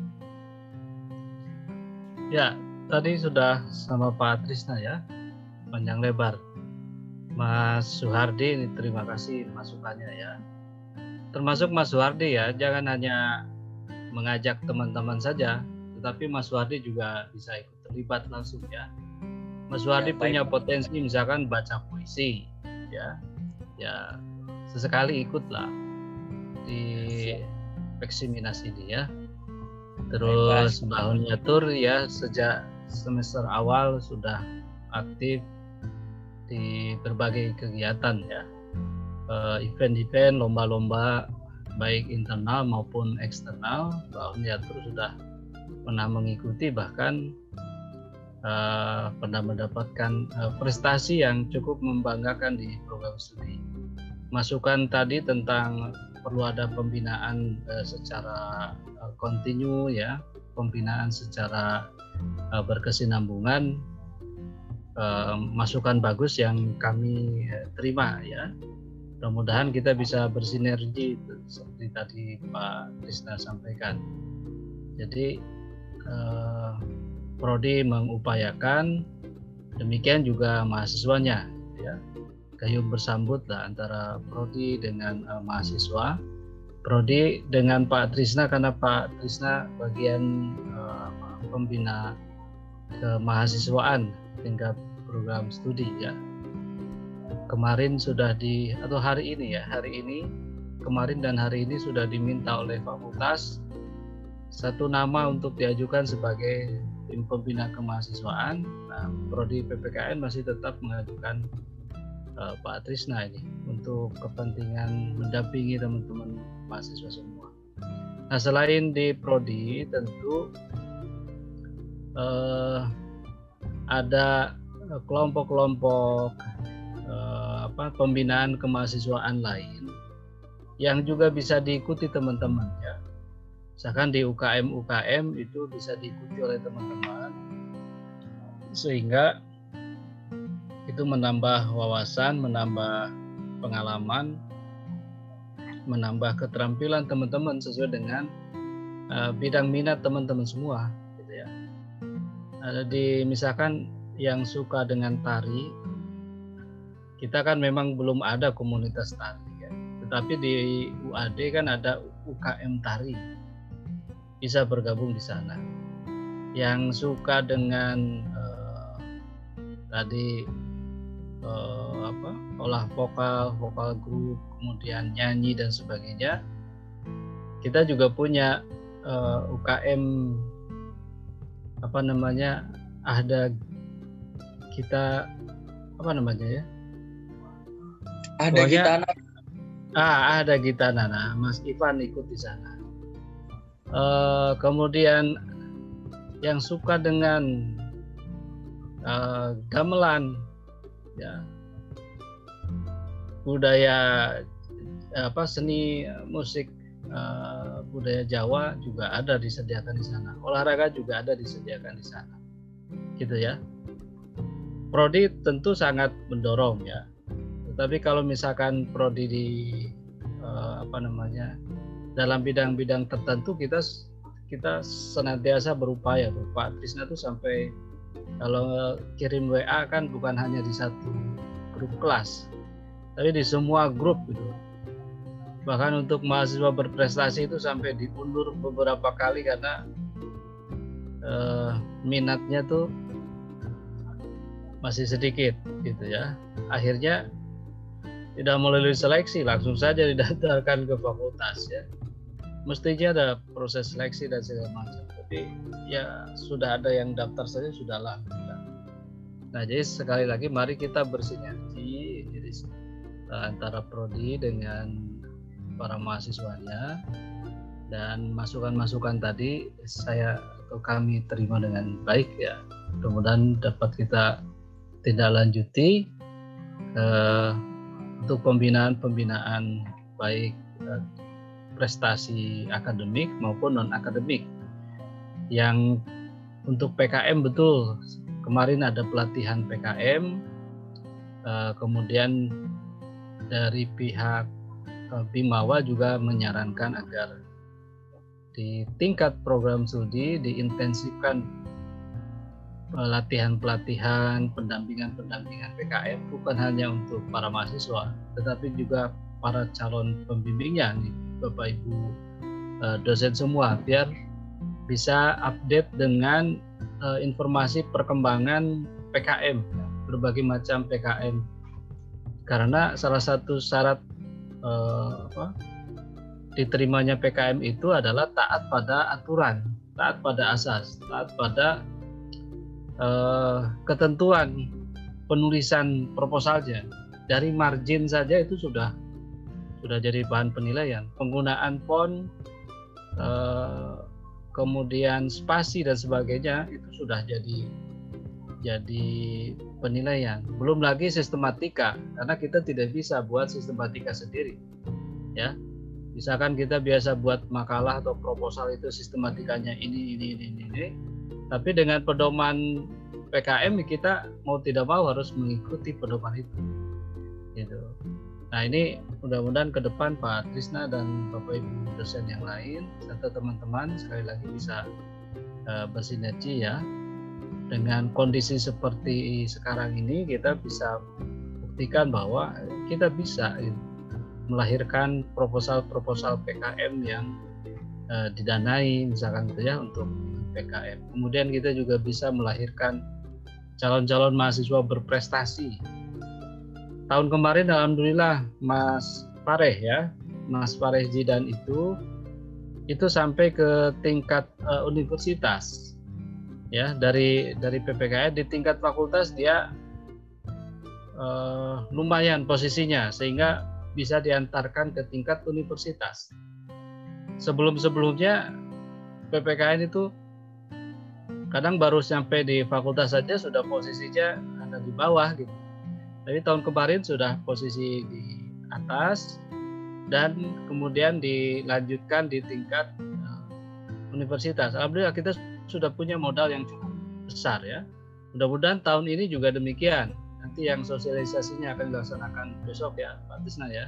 Ya, tadi sudah sama Pak Trisna ya, panjang lebar. Mas Suhardi, ini terima kasih masukannya ya. termasuk Mas Suhardi ya, jangan hanya mengajak teman-teman saja, tetapi Mas Suhardi juga bisa ikut terlibat langsung ya. Mas Suhardi punya potensi misalkan baca puisi ya, ya sesekali ikutlah di Peksiminas ini ya. Terus Mbak Honiatur ya sejak semester awal sudah aktif di berbagai kegiatan ya, event-event, lomba-lomba baik internal maupun eksternal. Mbak Honiatur sudah pernah mengikuti, bahkan pernah mendapatkan prestasi yang cukup membanggakan di program studi. Masukan tadi tentang perlu ada pembinaan secara kontinu ya, pembinaan secara berkesinambungan, masukan bagus yang kami terima ya. Mudah-mudahan kita bisa bersinergi seperti tadi Pak Trisna sampaikan. Jadi Prodi mengupayakan, demikian juga mahasiswanya ya, gayung bersambut lah antara Prodi dengan mahasiswa, Prodi dengan Pak Trisna, karena Pak Trisna bagian pembina kemahasiswaan tingkat program studi ya. Kemarin sudah hari ini kemarin dan hari ini sudah diminta oleh fakultas satu nama untuk diajukan sebagai tim pembina kemahasiswaan. Nah, Prodi PPKN masih tetap mengajukan Pak Trisna ini untuk kepentingan mendampingi teman-teman mahasiswa semua. Nah, selain di Prodi tentu ada kelompok-kelompok pembinaan kemahasiswaan lain yang juga bisa diikuti teman-teman ya. Misalkan di UKM itu bisa diikuti oleh teman-teman, sehingga itu menambah wawasan, menambah pengalaman, menambah keterampilan teman-teman sesuai dengan bidang minat teman-teman semua gitu ya. Ada misalkan yang suka dengan tari, kita kan memang belum ada komunitas tari ya. Tetapi di UAD kan ada UKM tari, bisa bergabung di sana. Yang suka dengan olah vokal grup, kemudian nyanyi dan sebagainya, kita juga punya UKM ada kita ada Gitana. Ada Gitana. Nah, Mas Ivan ikut di sana. Kemudian yang suka dengan gamelan ya, budaya seni musik budaya Jawa juga ada disediakan di sana. Olahraga juga ada disediakan di sana. Gitu ya. Prodi tentu sangat mendorong ya. Tetapi kalau misalkan prodi di dalam bidang-bidang tertentu kita senantiasa berupaya. Pak Trisna tuh sampai kalau kirim WA kan bukan hanya di satu grup kelas, tapi di semua grup gitu. Bahkan untuk mahasiswa berprestasi itu sampai diundur beberapa kali karena minatnya tuh masih sedikit gitu ya. Akhirnya tidak melalui seleksi, langsung saja didaftarkan ke fakultas ya. Mestinya ada proses seleksi dan segala macam, tapi ya sudah ada yang daftar saja sudahlah. Nah, jadi sekali lagi mari kita bersinergi jadi antara prodi dengan para mahasiswanya, dan masukan-masukan tadi kami terima dengan baik ya. Mudah-mudahan dapat kita tindak lanjuti untuk pembinaan baik prestasi akademik maupun non akademik. Yang untuk PKM betul kemarin ada pelatihan PKM, kemudian dari pihak Bimawa juga menyarankan agar di tingkat program studi diintensifkan pelatihan-pelatihan, pendampingan PKM bukan hanya untuk para mahasiswa, tetapi juga para calon pembimbingnya nih, Bapak Ibu dosen semua, biar bisa update dengan informasi perkembangan PKM, berbagai macam PKM. Karena salah satu syarat diterimanya PKM itu adalah taat pada aturan, taat pada asas, taat pada ketentuan penulisan proposalnya. Dari margin saja itu sudah jadi bahan penilaian. Penggunaan font, kemudian spasi dan sebagainya itu sudah jadi penilaian. Belum lagi sistematika, karena kita tidak bisa buat sistematika sendiri, ya. Misalkan kita biasa buat makalah atau proposal itu sistematikanya ini, tapi dengan pedoman PKM kita mau tidak mau harus mengikuti pedoman itu, gitu. Nah, ini mudah-mudahan ke depan Pak Trisna dan Bapak Ibu dosen yang lain serta teman-teman sekali lagi bisa bersinergi ya. Dengan kondisi seperti sekarang ini kita bisa buktikan bahwa kita bisa melahirkan proposal-proposal PKM yang didanai misalkan gitu ya untuk PKM. Kemudian kita juga bisa melahirkan calon-calon mahasiswa berprestasi. Tahun kemarin alhamdulillah Mas Fareh Zidan itu sampai ke tingkat universitas. Ya, dari PPKN di tingkat fakultas dia lumayan posisinya sehingga bisa diantarkan ke tingkat universitas. Sebelumnya PPKN itu kadang baru sampai di fakultas saja sudah posisinya ada di bawah gitu. Tapi tahun kemarin sudah posisi di atas dan kemudian dilanjutkan di tingkat universitas. Alhamdulillah kita sudah punya modal yang cukup besar ya. Mudah-mudahan tahun ini juga demikian. Nanti yang sosialisasinya akan dilaksanakan besok ya, Pak Tisna ya.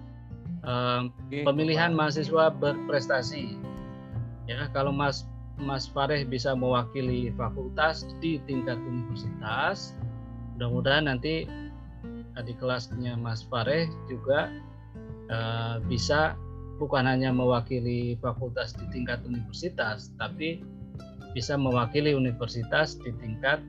Pemilihan mahasiswa berprestasi. Ya, kalau Mas Fareh bisa mewakili fakultas di tingkat universitas, mudah-mudahan nanti di kelasnya Mas Fareh juga bisa bukan hanya mewakili fakultas di tingkat universitas, tapi bisa mewakili universitas di tingkat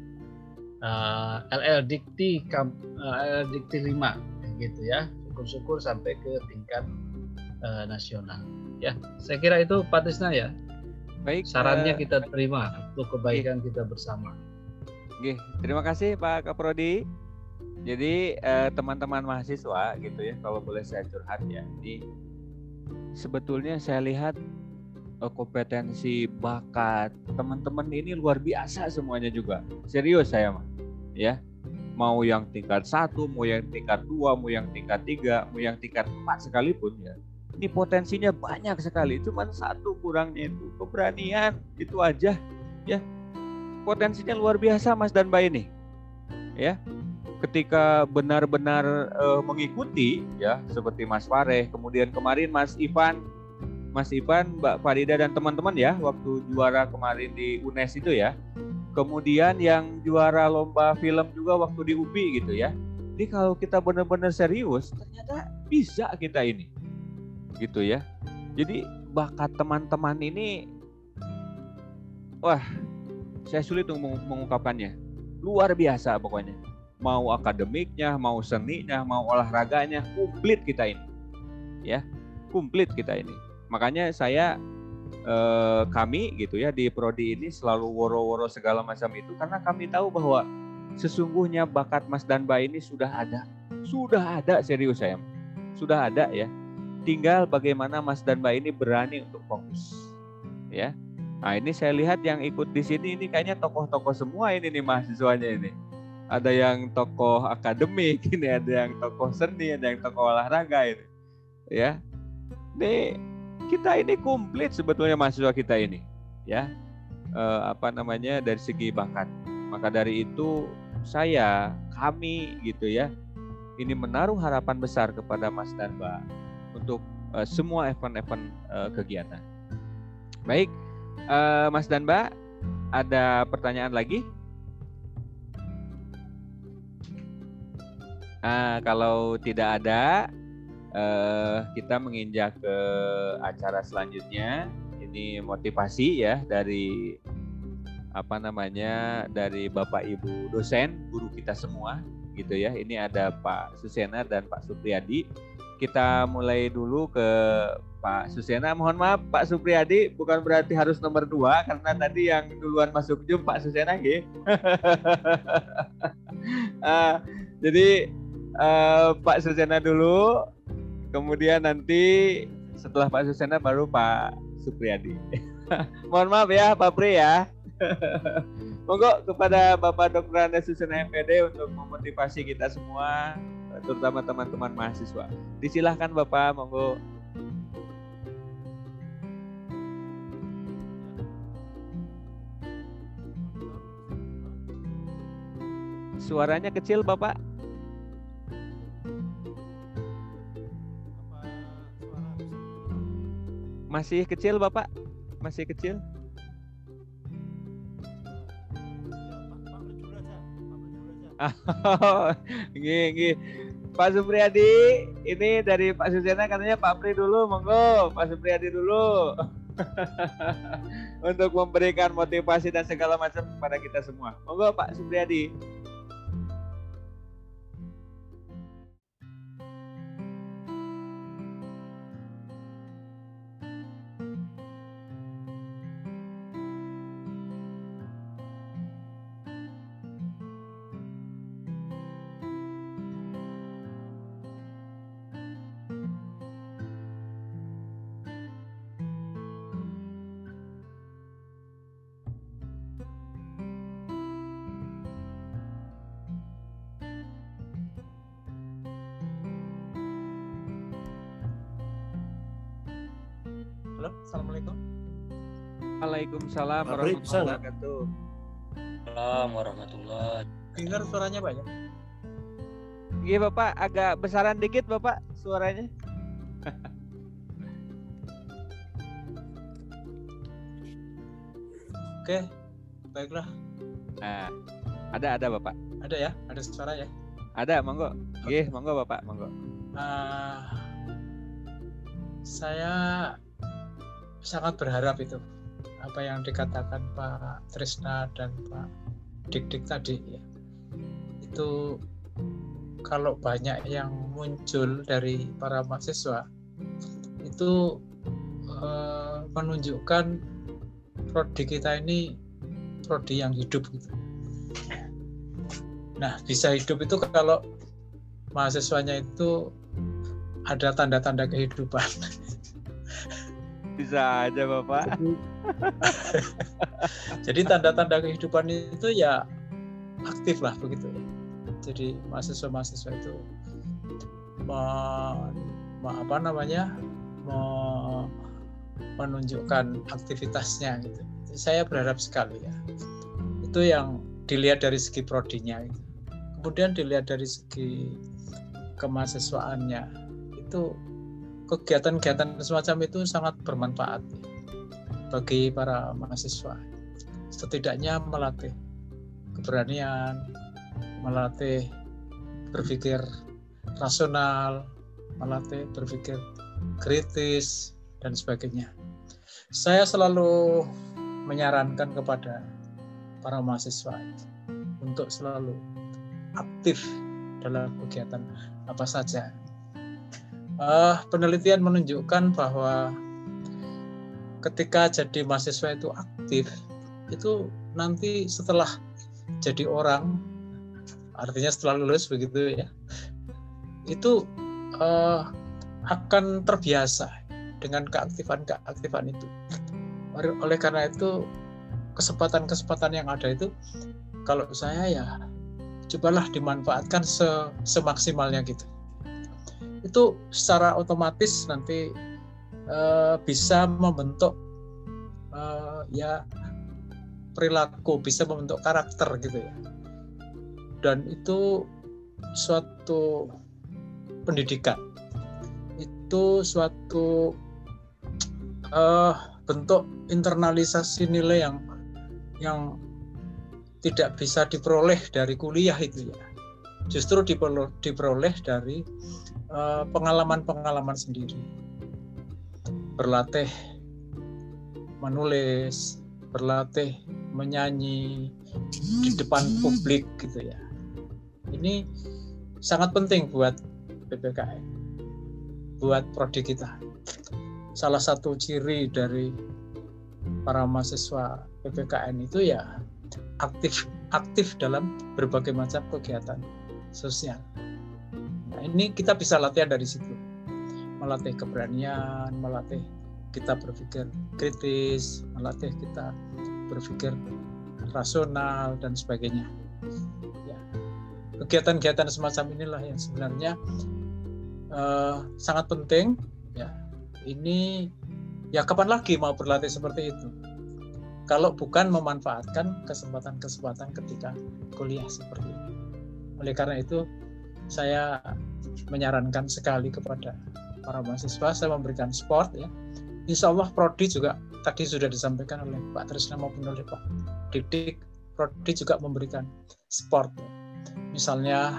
LL Dikti 5 gitu ya. Syukur-syukur sampai ke tingkat nasional. Ya, saya kira itu Pak Tisna ya. Baik, sarannya kita terima untuk kebaikan kita bersama. Terima kasih Pak Kaprodi. Jadi teman-teman mahasiswa gitu ya, kalau boleh saya curhat ya. Jadi sebetulnya saya lihat kompetensi, bakat teman-teman ini luar biasa semuanya juga. Serius saya mah. Ya. Mau yang tingkat 1, mau yang tingkat 2, mau yang tingkat 3, mau yang tingkat 4 sekalipun ya. Ini potensinya banyak sekali. Cuman satu kurangnya itu keberanian, itu aja ya. Potensinya luar biasa Mas dan Mbak ini. Ya. Ketika benar-benar mengikuti ya, seperti Mas Fareh, kemudian kemarin Mas Ivan, Mbak Farida dan teman-teman ya, waktu juara kemarin di UNES itu ya. Kemudian yang juara lomba film juga waktu di UPI gitu ya. Jadi kalau kita benar-benar serius, ternyata bisa kita ini. Gitu ya. Jadi bakat teman-teman ini, wah, saya sulit untuk mengungkapkannya. Luar biasa pokoknya. Mau akademiknya, mau seninya, mau olahraganya, komplit kita ini. Ya, komplit kita ini. Makanya kami gitu ya di prodi ini selalu woro-woro segala macam itu karena kami tahu bahwa sesungguhnya bakat Mas dan Mbak ini sudah ada serius saya, sudah ada ya. Tinggal bagaimana Mas dan Mbak ini berani untuk fokus, ya. Nah ini saya lihat yang ikut di sini ini kayaknya tokoh-tokoh semua ini nih mahasiswanya ini. Ada yang tokoh akademik, ini ada yang tokoh seni, ada yang tokoh olahraga ini, ya. Nih kita ini komplit sebetulnya mahasiswa kita ini, ya, dari segi bakat. Maka dari itu kami gitu ya, ini menaruh harapan besar kepada Mas dan Mbak untuk semua event-event kegiatan. Baik, Mas dan Mbak, ada pertanyaan lagi? Kalau tidak ada, kita menginjak ke acara selanjutnya. Ini motivasi ya dari dari Bapak Ibu dosen, guru kita semua gitu ya. Ini ada Pak Susena dan Pak Supriyadi. Kita mulai dulu ke Pak Susena. Mohon maaf Pak Supriyadi, bukan berarti harus nomor 2 karena tadi yang duluan masuk Zoom Pak Susena ya. Jadi Pak Susena dulu, kemudian nanti setelah Pak Susena baru Pak Supriyadi. Mohon maaf ya Pak Pri ya. Monggo kepada Bapak Dr. Andes Susena MPD untuk memotivasi kita semua, terutama teman-teman mahasiswa. Disilahkan Bapak, monggo. Suaranya kecil Bapak. Masih kecil Bapak? Masih kecil? Gini. Pak Supriyadi, ini dari Pak Susena katanya Pak Pri dulu, monggo Pak Supriyadi dulu. Untuk memberikan motivasi dan segala macam kepada kita semua. Monggo Pak Supriyadi. Halo, assalamualaikum. Waalaikumsalam warahmatullahi wabarakatuh. Assalamualaikum warahmatullahi. Dengar suaranya banyak. Iya Bapak, agak besaran dikit Bapak suaranya. Oke, baiklah. Nah, ada Bapak. Ada ya, ada suara ya. Ada, monggo. Nggih, monggo Bapak, monggo. Saya sangat berharap itu apa yang dikatakan Pak Trisna dan Pak Dik tadi ya. Itu kalau banyak yang muncul dari para mahasiswa itu menunjukkan prodi kita ini prodi yang hidup gitu. Nah, bisa hidup itu kalau mahasiswanya itu ada tanda-tanda kehidupan. Bisa aja Bapak. Jadi tanda-tanda kehidupan itu ya aktif lah begitu ya. Jadi mahasiswa-mahasiswa itu menunjukkan aktivitasnya gitu. Jadi saya berharap sekali ya. Itu yang dilihat dari segi prodinya gitu. Kemudian dilihat dari segi kemahasiswaannya itu kegiatan-kegiatan semacam itu sangat bermanfaat bagi para mahasiswa. Setidaknya melatih keberanian, melatih berpikir rasional, melatih berpikir kritis, dan sebagainya. Saya selalu menyarankan kepada para mahasiswa untuk selalu aktif dalam kegiatan apa saja. Penelitian menunjukkan bahwa ketika jadi mahasiswa itu aktif, itu nanti setelah jadi orang, artinya setelah lulus begitu ya, itu akan terbiasa dengan keaktifan itu. Oleh karena itu kesempatan-kesempatan yang ada itu, kalau saya ya cobalah dimanfaatkan semaksimalnya gitu. Itu secara otomatis nanti bisa membentuk ya perilaku, bisa membentuk karakter gitu ya. Dan itu suatu pendidikan, itu suatu bentuk internalisasi nilai yang tidak bisa diperoleh dari kuliah itu ya. Justru diperoleh dari pengalaman-pengalaman sendiri, berlatih menulis, berlatih menyanyi di depan publik gitu ya. Ini sangat penting buat PPKN, buat prodi kita. Salah satu ciri dari para mahasiswa PPKN itu ya aktif dalam berbagai macam kegiatan sosial. Nah, ini kita bisa latihan dari situ, melatih keberanian, melatih kita berpikir kritis, melatih kita berpikir rasional dan sebagainya. Ya. Kegiatan-kegiatan semacam inilah yang sebenarnya sangat penting. Ya, ini ya kapan lagi mau berlatih seperti itu? Kalau bukan memanfaatkan kesempatan-kesempatan ketika kuliah seperti ini. Oleh karena itu, saya menyarankan sekali kepada para mahasiswa, saya memberikan sport ya. Insya Allah prodi juga tadi sudah disampaikan oleh Pak Trisna maupun oleh Pak Didik, prodi juga memberikan sport. Misalnya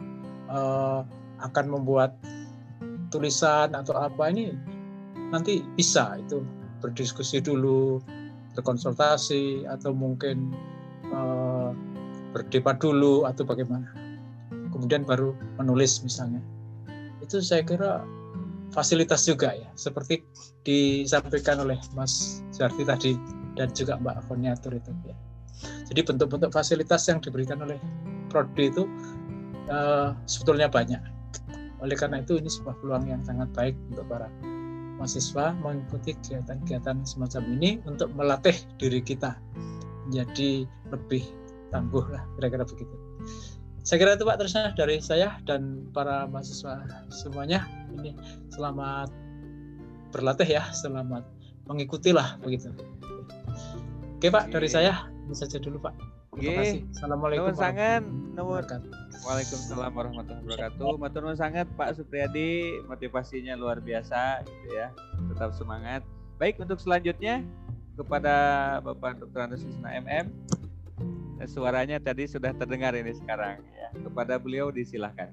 akan membuat tulisan atau apa, ini nanti bisa itu berdiskusi dulu, berkonsultasi, atau mungkin berdebat dulu atau bagaimana. Kemudian baru menulis misalnya. Itu saya kira fasilitas juga ya, seperti disampaikan oleh Mas Jarti tadi dan juga Mbak Foniatur itu ya. Jadi bentuk-bentuk fasilitas yang diberikan oleh prodi itu sebetulnya banyak. Oleh karena itu ini sebuah peluang yang sangat baik untuk para mahasiswa mengikuti kegiatan-kegiatan semacam ini untuk melatih diri kita menjadi lebih tangguh lah, kira-kira begitu. Saya kira itu Pak Trisna dari saya dan para mahasiswa semuanya. Ini selamat berlatih ya, selamat mengikuti lah begitu. Oke Pak, dari saya ini saja dulu Pak. Terima kasih. Assalamualaikum warahmatullahi wabarakatuh. Waalaikumsalam warahmatullahi wabarakatuh. Matur nuwun sangat Pak Supriyadi, motivasinya luar biasa gitu ya. Tetap semangat. Baik, untuk selanjutnya kepada Bapak Dr. Andes Wisna MM. Suaranya tadi sudah terdengar ini sekarang ya. Kepada beliau disilahkan.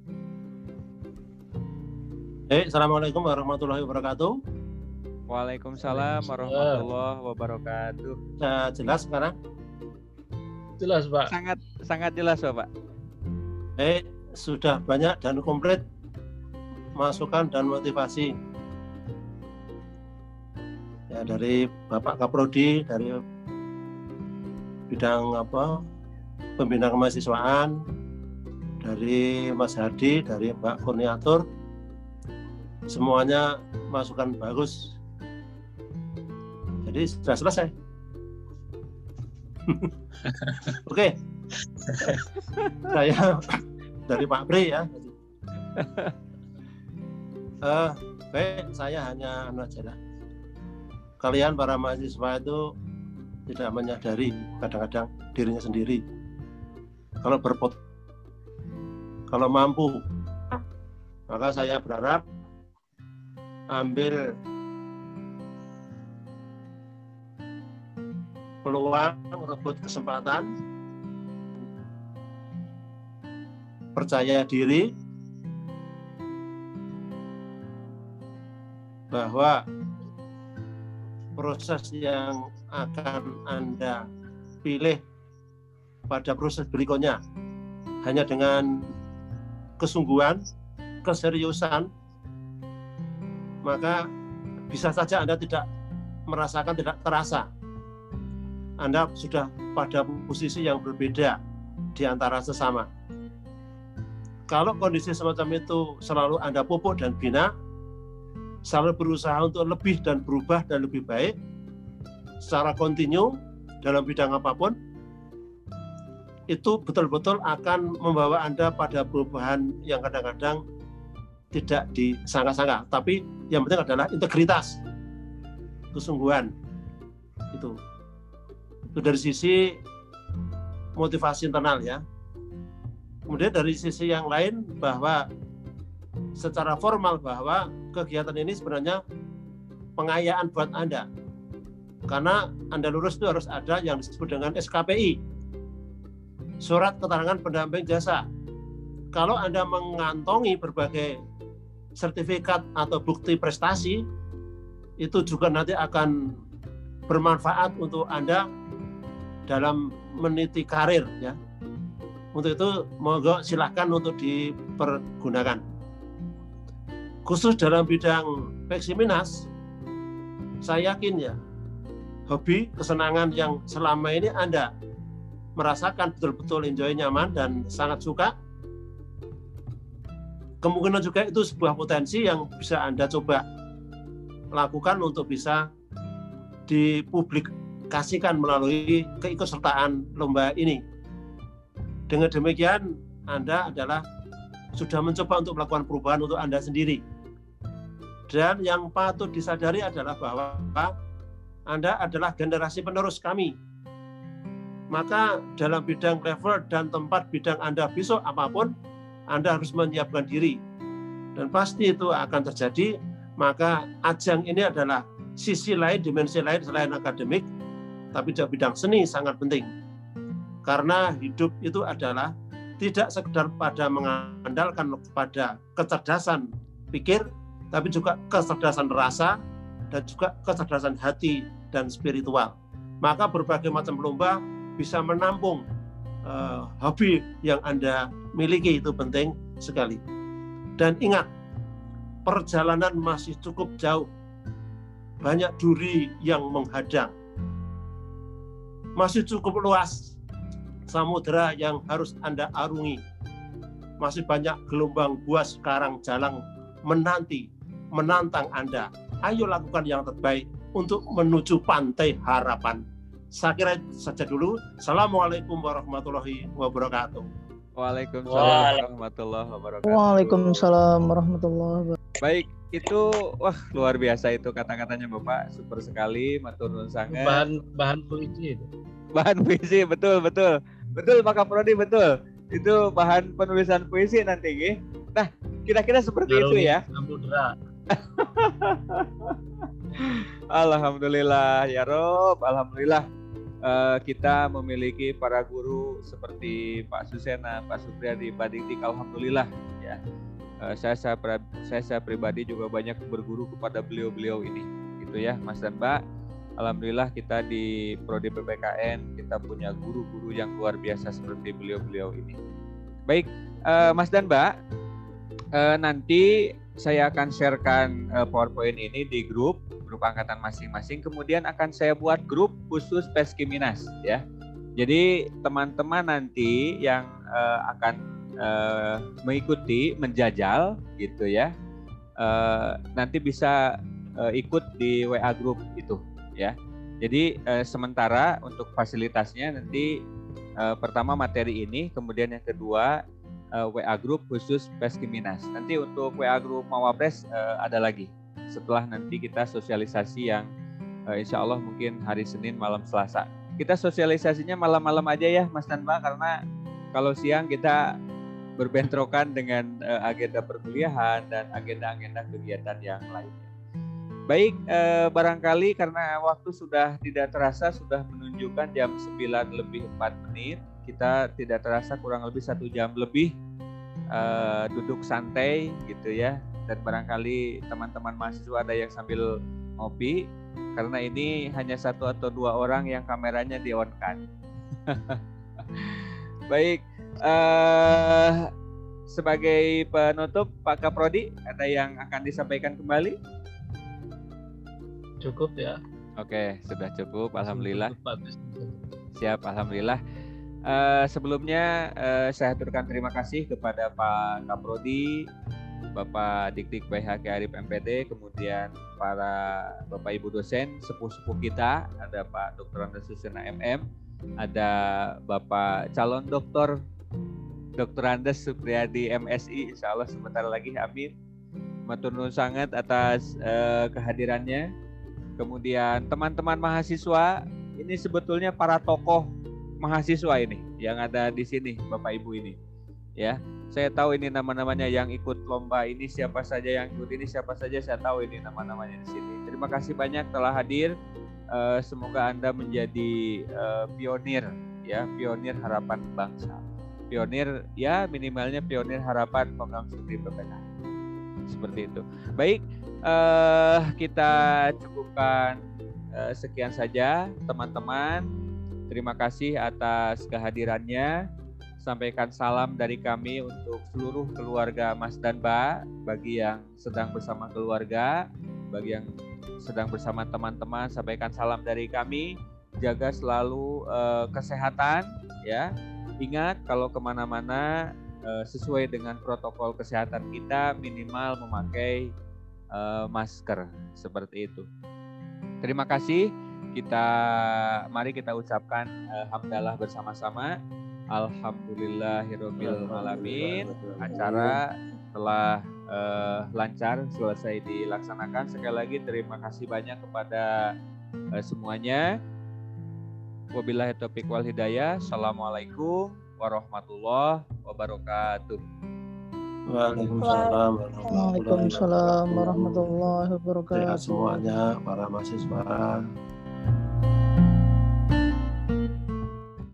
Assalamualaikum warahmatullahi wabarakatuh. Waalaikumsalam warahmatullahi wabarakatuh. Jelas sekarang? Jelas Pak. Sangat jelas Bapak. Sudah banyak dan komplit masukan dan motivasi ya dari Bapak Kaprodi, dari bidang pembinaan kemahasiswaan, dari Mas Hadi, dari Mbak Kurniatur, semuanya masukan bagus. Jadi sudah selesai. Oke. Saya dari Pak Pri ya. Baik, saya hanya aja lah. Kalian para mahasiswa itu tidak menyadari kadang-kadang dirinya sendiri. Kalau mampu, maka saya berharap ambil peluang, rebut kesempatan, percaya diri bahwa proses yang akan Anda pilih pada proses berikutnya hanya dengan kesungguhan, keseriusan, maka bisa saja Anda tidak merasakan, tidak terasa Anda sudah pada posisi yang berbeda di antara sesama. Kalau kondisi semacam itu selalu Anda pupuk dan bina, selalu berusaha untuk lebih dan berubah dan lebih baik secara kontinu dalam bidang apapun, itu betul-betul akan membawa Anda pada perubahan yang kadang-kadang tidak disangka-sangka. Tapi yang penting adalah integritas, kesungguhan. Itu dari sisi motivasi internal ya. Kemudian dari sisi yang lain, bahwa secara formal bahwa kegiatan ini sebenarnya pengayaan buat Anda. Karena Anda lulus itu harus ada yang disebut dengan SKPI, Surat Keterangan Pendamping Jasa. Kalau Anda mengantongi berbagai sertifikat atau bukti prestasi itu juga nanti akan bermanfaat untuk Anda dalam meniti karir ya. Untuk itu monggo silahkan untuk dipergunakan. Khusus dalam bidang Peksiminas, saya yakin ya, hobi, kesenangan yang selama ini Anda merasakan betul-betul enjoy, nyaman, dan sangat suka, kemungkinan juga itu sebuah potensi yang bisa Anda coba lakukan untuk bisa dipublikasikan melalui keikutsertaan lomba ini. Dengan demikian, Anda adalah sudah mencoba untuk melakukan perubahan untuk Anda sendiri. Dan yang patut disadari adalah bahwa Anda adalah generasi penerus kami. Maka dalam bidang level dan tempat bidang Anda besok apapun, Anda harus menyiapkan diri. Dan pasti itu akan terjadi. Maka ajang ini adalah sisi lain, dimensi lain selain akademik, tapi dalam bidang seni sangat penting. Karena hidup itu adalah tidak sekedar pada mengandalkan pada kecerdasan pikir, tapi juga kecerdasan rasa dan juga kecerdasan hati dan spiritual. Maka berbagai macam lomba bisa menampung hobi yang Anda miliki, itu penting sekali. Dan ingat, perjalanan masih cukup jauh. Banyak duri yang menghadang. Masih cukup luas samudera yang harus Anda arungi. Masih banyak gelombang buas karang jalang menantang Anda. Ayo lakukan yang terbaik untuk menuju pantai harapan. Saya kira saja dulu. Assalamualaikum warahmatullahi wabarakatuh. Waalaikumsalam warahmatullahi wabarakatuh. Waalaikumsalam warahmatullahi wabarakatuh. Baik, itu luar biasa itu kata-katanya Bapak, super sekali, matur nuwun sanget. Bahan puisi itu. Bahan puisi, betul Pak Kaprodi, betul. Itu bahan penulisan puisi nanti, nggih. Nah, kira-kira seperti itu ya. Alhamdulillah ya Rob, alhamdulillah kita memiliki para guru seperti Pak Susena, Pak Supriyadi, Pak Dik, alhamdulillah ya. Saya pribadi juga banyak berguru kepada beliau-beliau ini, gitu ya, Mas dan Mbak. Alhamdulillah kita di Prodi PPKN kita punya guru-guru yang luar biasa seperti beliau-beliau ini. Baik, Mas dan Mbak, nanti saya akan sharekan PowerPoint ini di grup angkatan masing-masing. Kemudian akan saya buat grup khusus Peskiminas ya. Jadi teman-teman nanti yang akan mengikuti, menjajal gitu ya, nanti bisa ikut di WA group itu ya. Jadi sementara untuk fasilitasnya nanti pertama materi ini, kemudian yang kedua WA group khusus Peskiminas. Nanti untuk WA group Mawapres ada lagi setelah nanti kita sosialisasi yang insya Allah mungkin hari Senin malam Selasa. Kita sosialisasinya malam-malam aja ya Mas dan Mbak, karena kalau siang kita berbentrokan dengan agenda perkuliahan dan agenda-agenda kegiatan yang lainnya. Baik, barangkali karena waktu sudah tidak terasa, sudah menunjukkan jam 9:04. Kita tidak terasa kurang lebih 1 jam lebih duduk santai gitu ya. Dan barangkali teman-teman mahasiswa ada yang sambil ngopi, karena ini hanya 1 atau 2 orang yang kameranya di-on-kan. Baik, sebagai penutup Pak Kaprodi, ada yang akan disampaikan kembali? Cukup ya. Oke, sudah cukup, alhamdulillah. Siap, alhamdulillah. Sebelumnya saya aturkan terima kasih kepada Pak Kaprodi, Bapak Dik Baihaqi Arif MPD, kemudian para Bapak Ibu dosen sepuh-sepuh kita, ada Pak Dr. Andes Susena MM, ada Bapak calon Dr. Andes Supriyadi MSI, insya Allah sebentar lagi, amin. Matur nuwun sangat atas kehadirannya. Kemudian teman-teman mahasiswa, ini sebetulnya para tokoh mahasiswa ini yang ada di sini, Bapak Ibu ini. Ya, saya tahu ini nama-namanya yang ikut lomba ini siapa saja, yang ikut ini siapa saja, saya tahu ini nama-namanya di sini. Terima kasih banyak telah hadir. Semoga Anda menjadi pionir ya, pionir harapan bangsa. Pionir ya, minimalnya pionir harapan program studi PPKN. seperti itu. Baik, kita cukupkan sekian saja teman-teman. Terima kasih atas kehadirannya. Sampaikan salam dari kami untuk seluruh keluarga Mas dan Mbak. Bagi yang sedang bersama keluarga, bagi yang sedang bersama teman-teman, sampaikan salam dari kami. Jaga selalu kesehatan, ya. Ingat kalau kemana-mana sesuai dengan protokol kesehatan kita, minimal memakai masker, seperti itu. Terima kasih. Mari kita ucapkan hamdalah bersama-sama. Alhamdulillahirabbil alamin. Acara telah lancar selesai dilaksanakan. Sekali lagi terima kasih banyak kepada semuanya. Wabillahi taufiq wal hidayah. Assalamualaikum warahmatullahi wabarakatuh. Waalaikumsalam warahmatullahi wabarakatuh. Sehat semuanya para mahasiswa.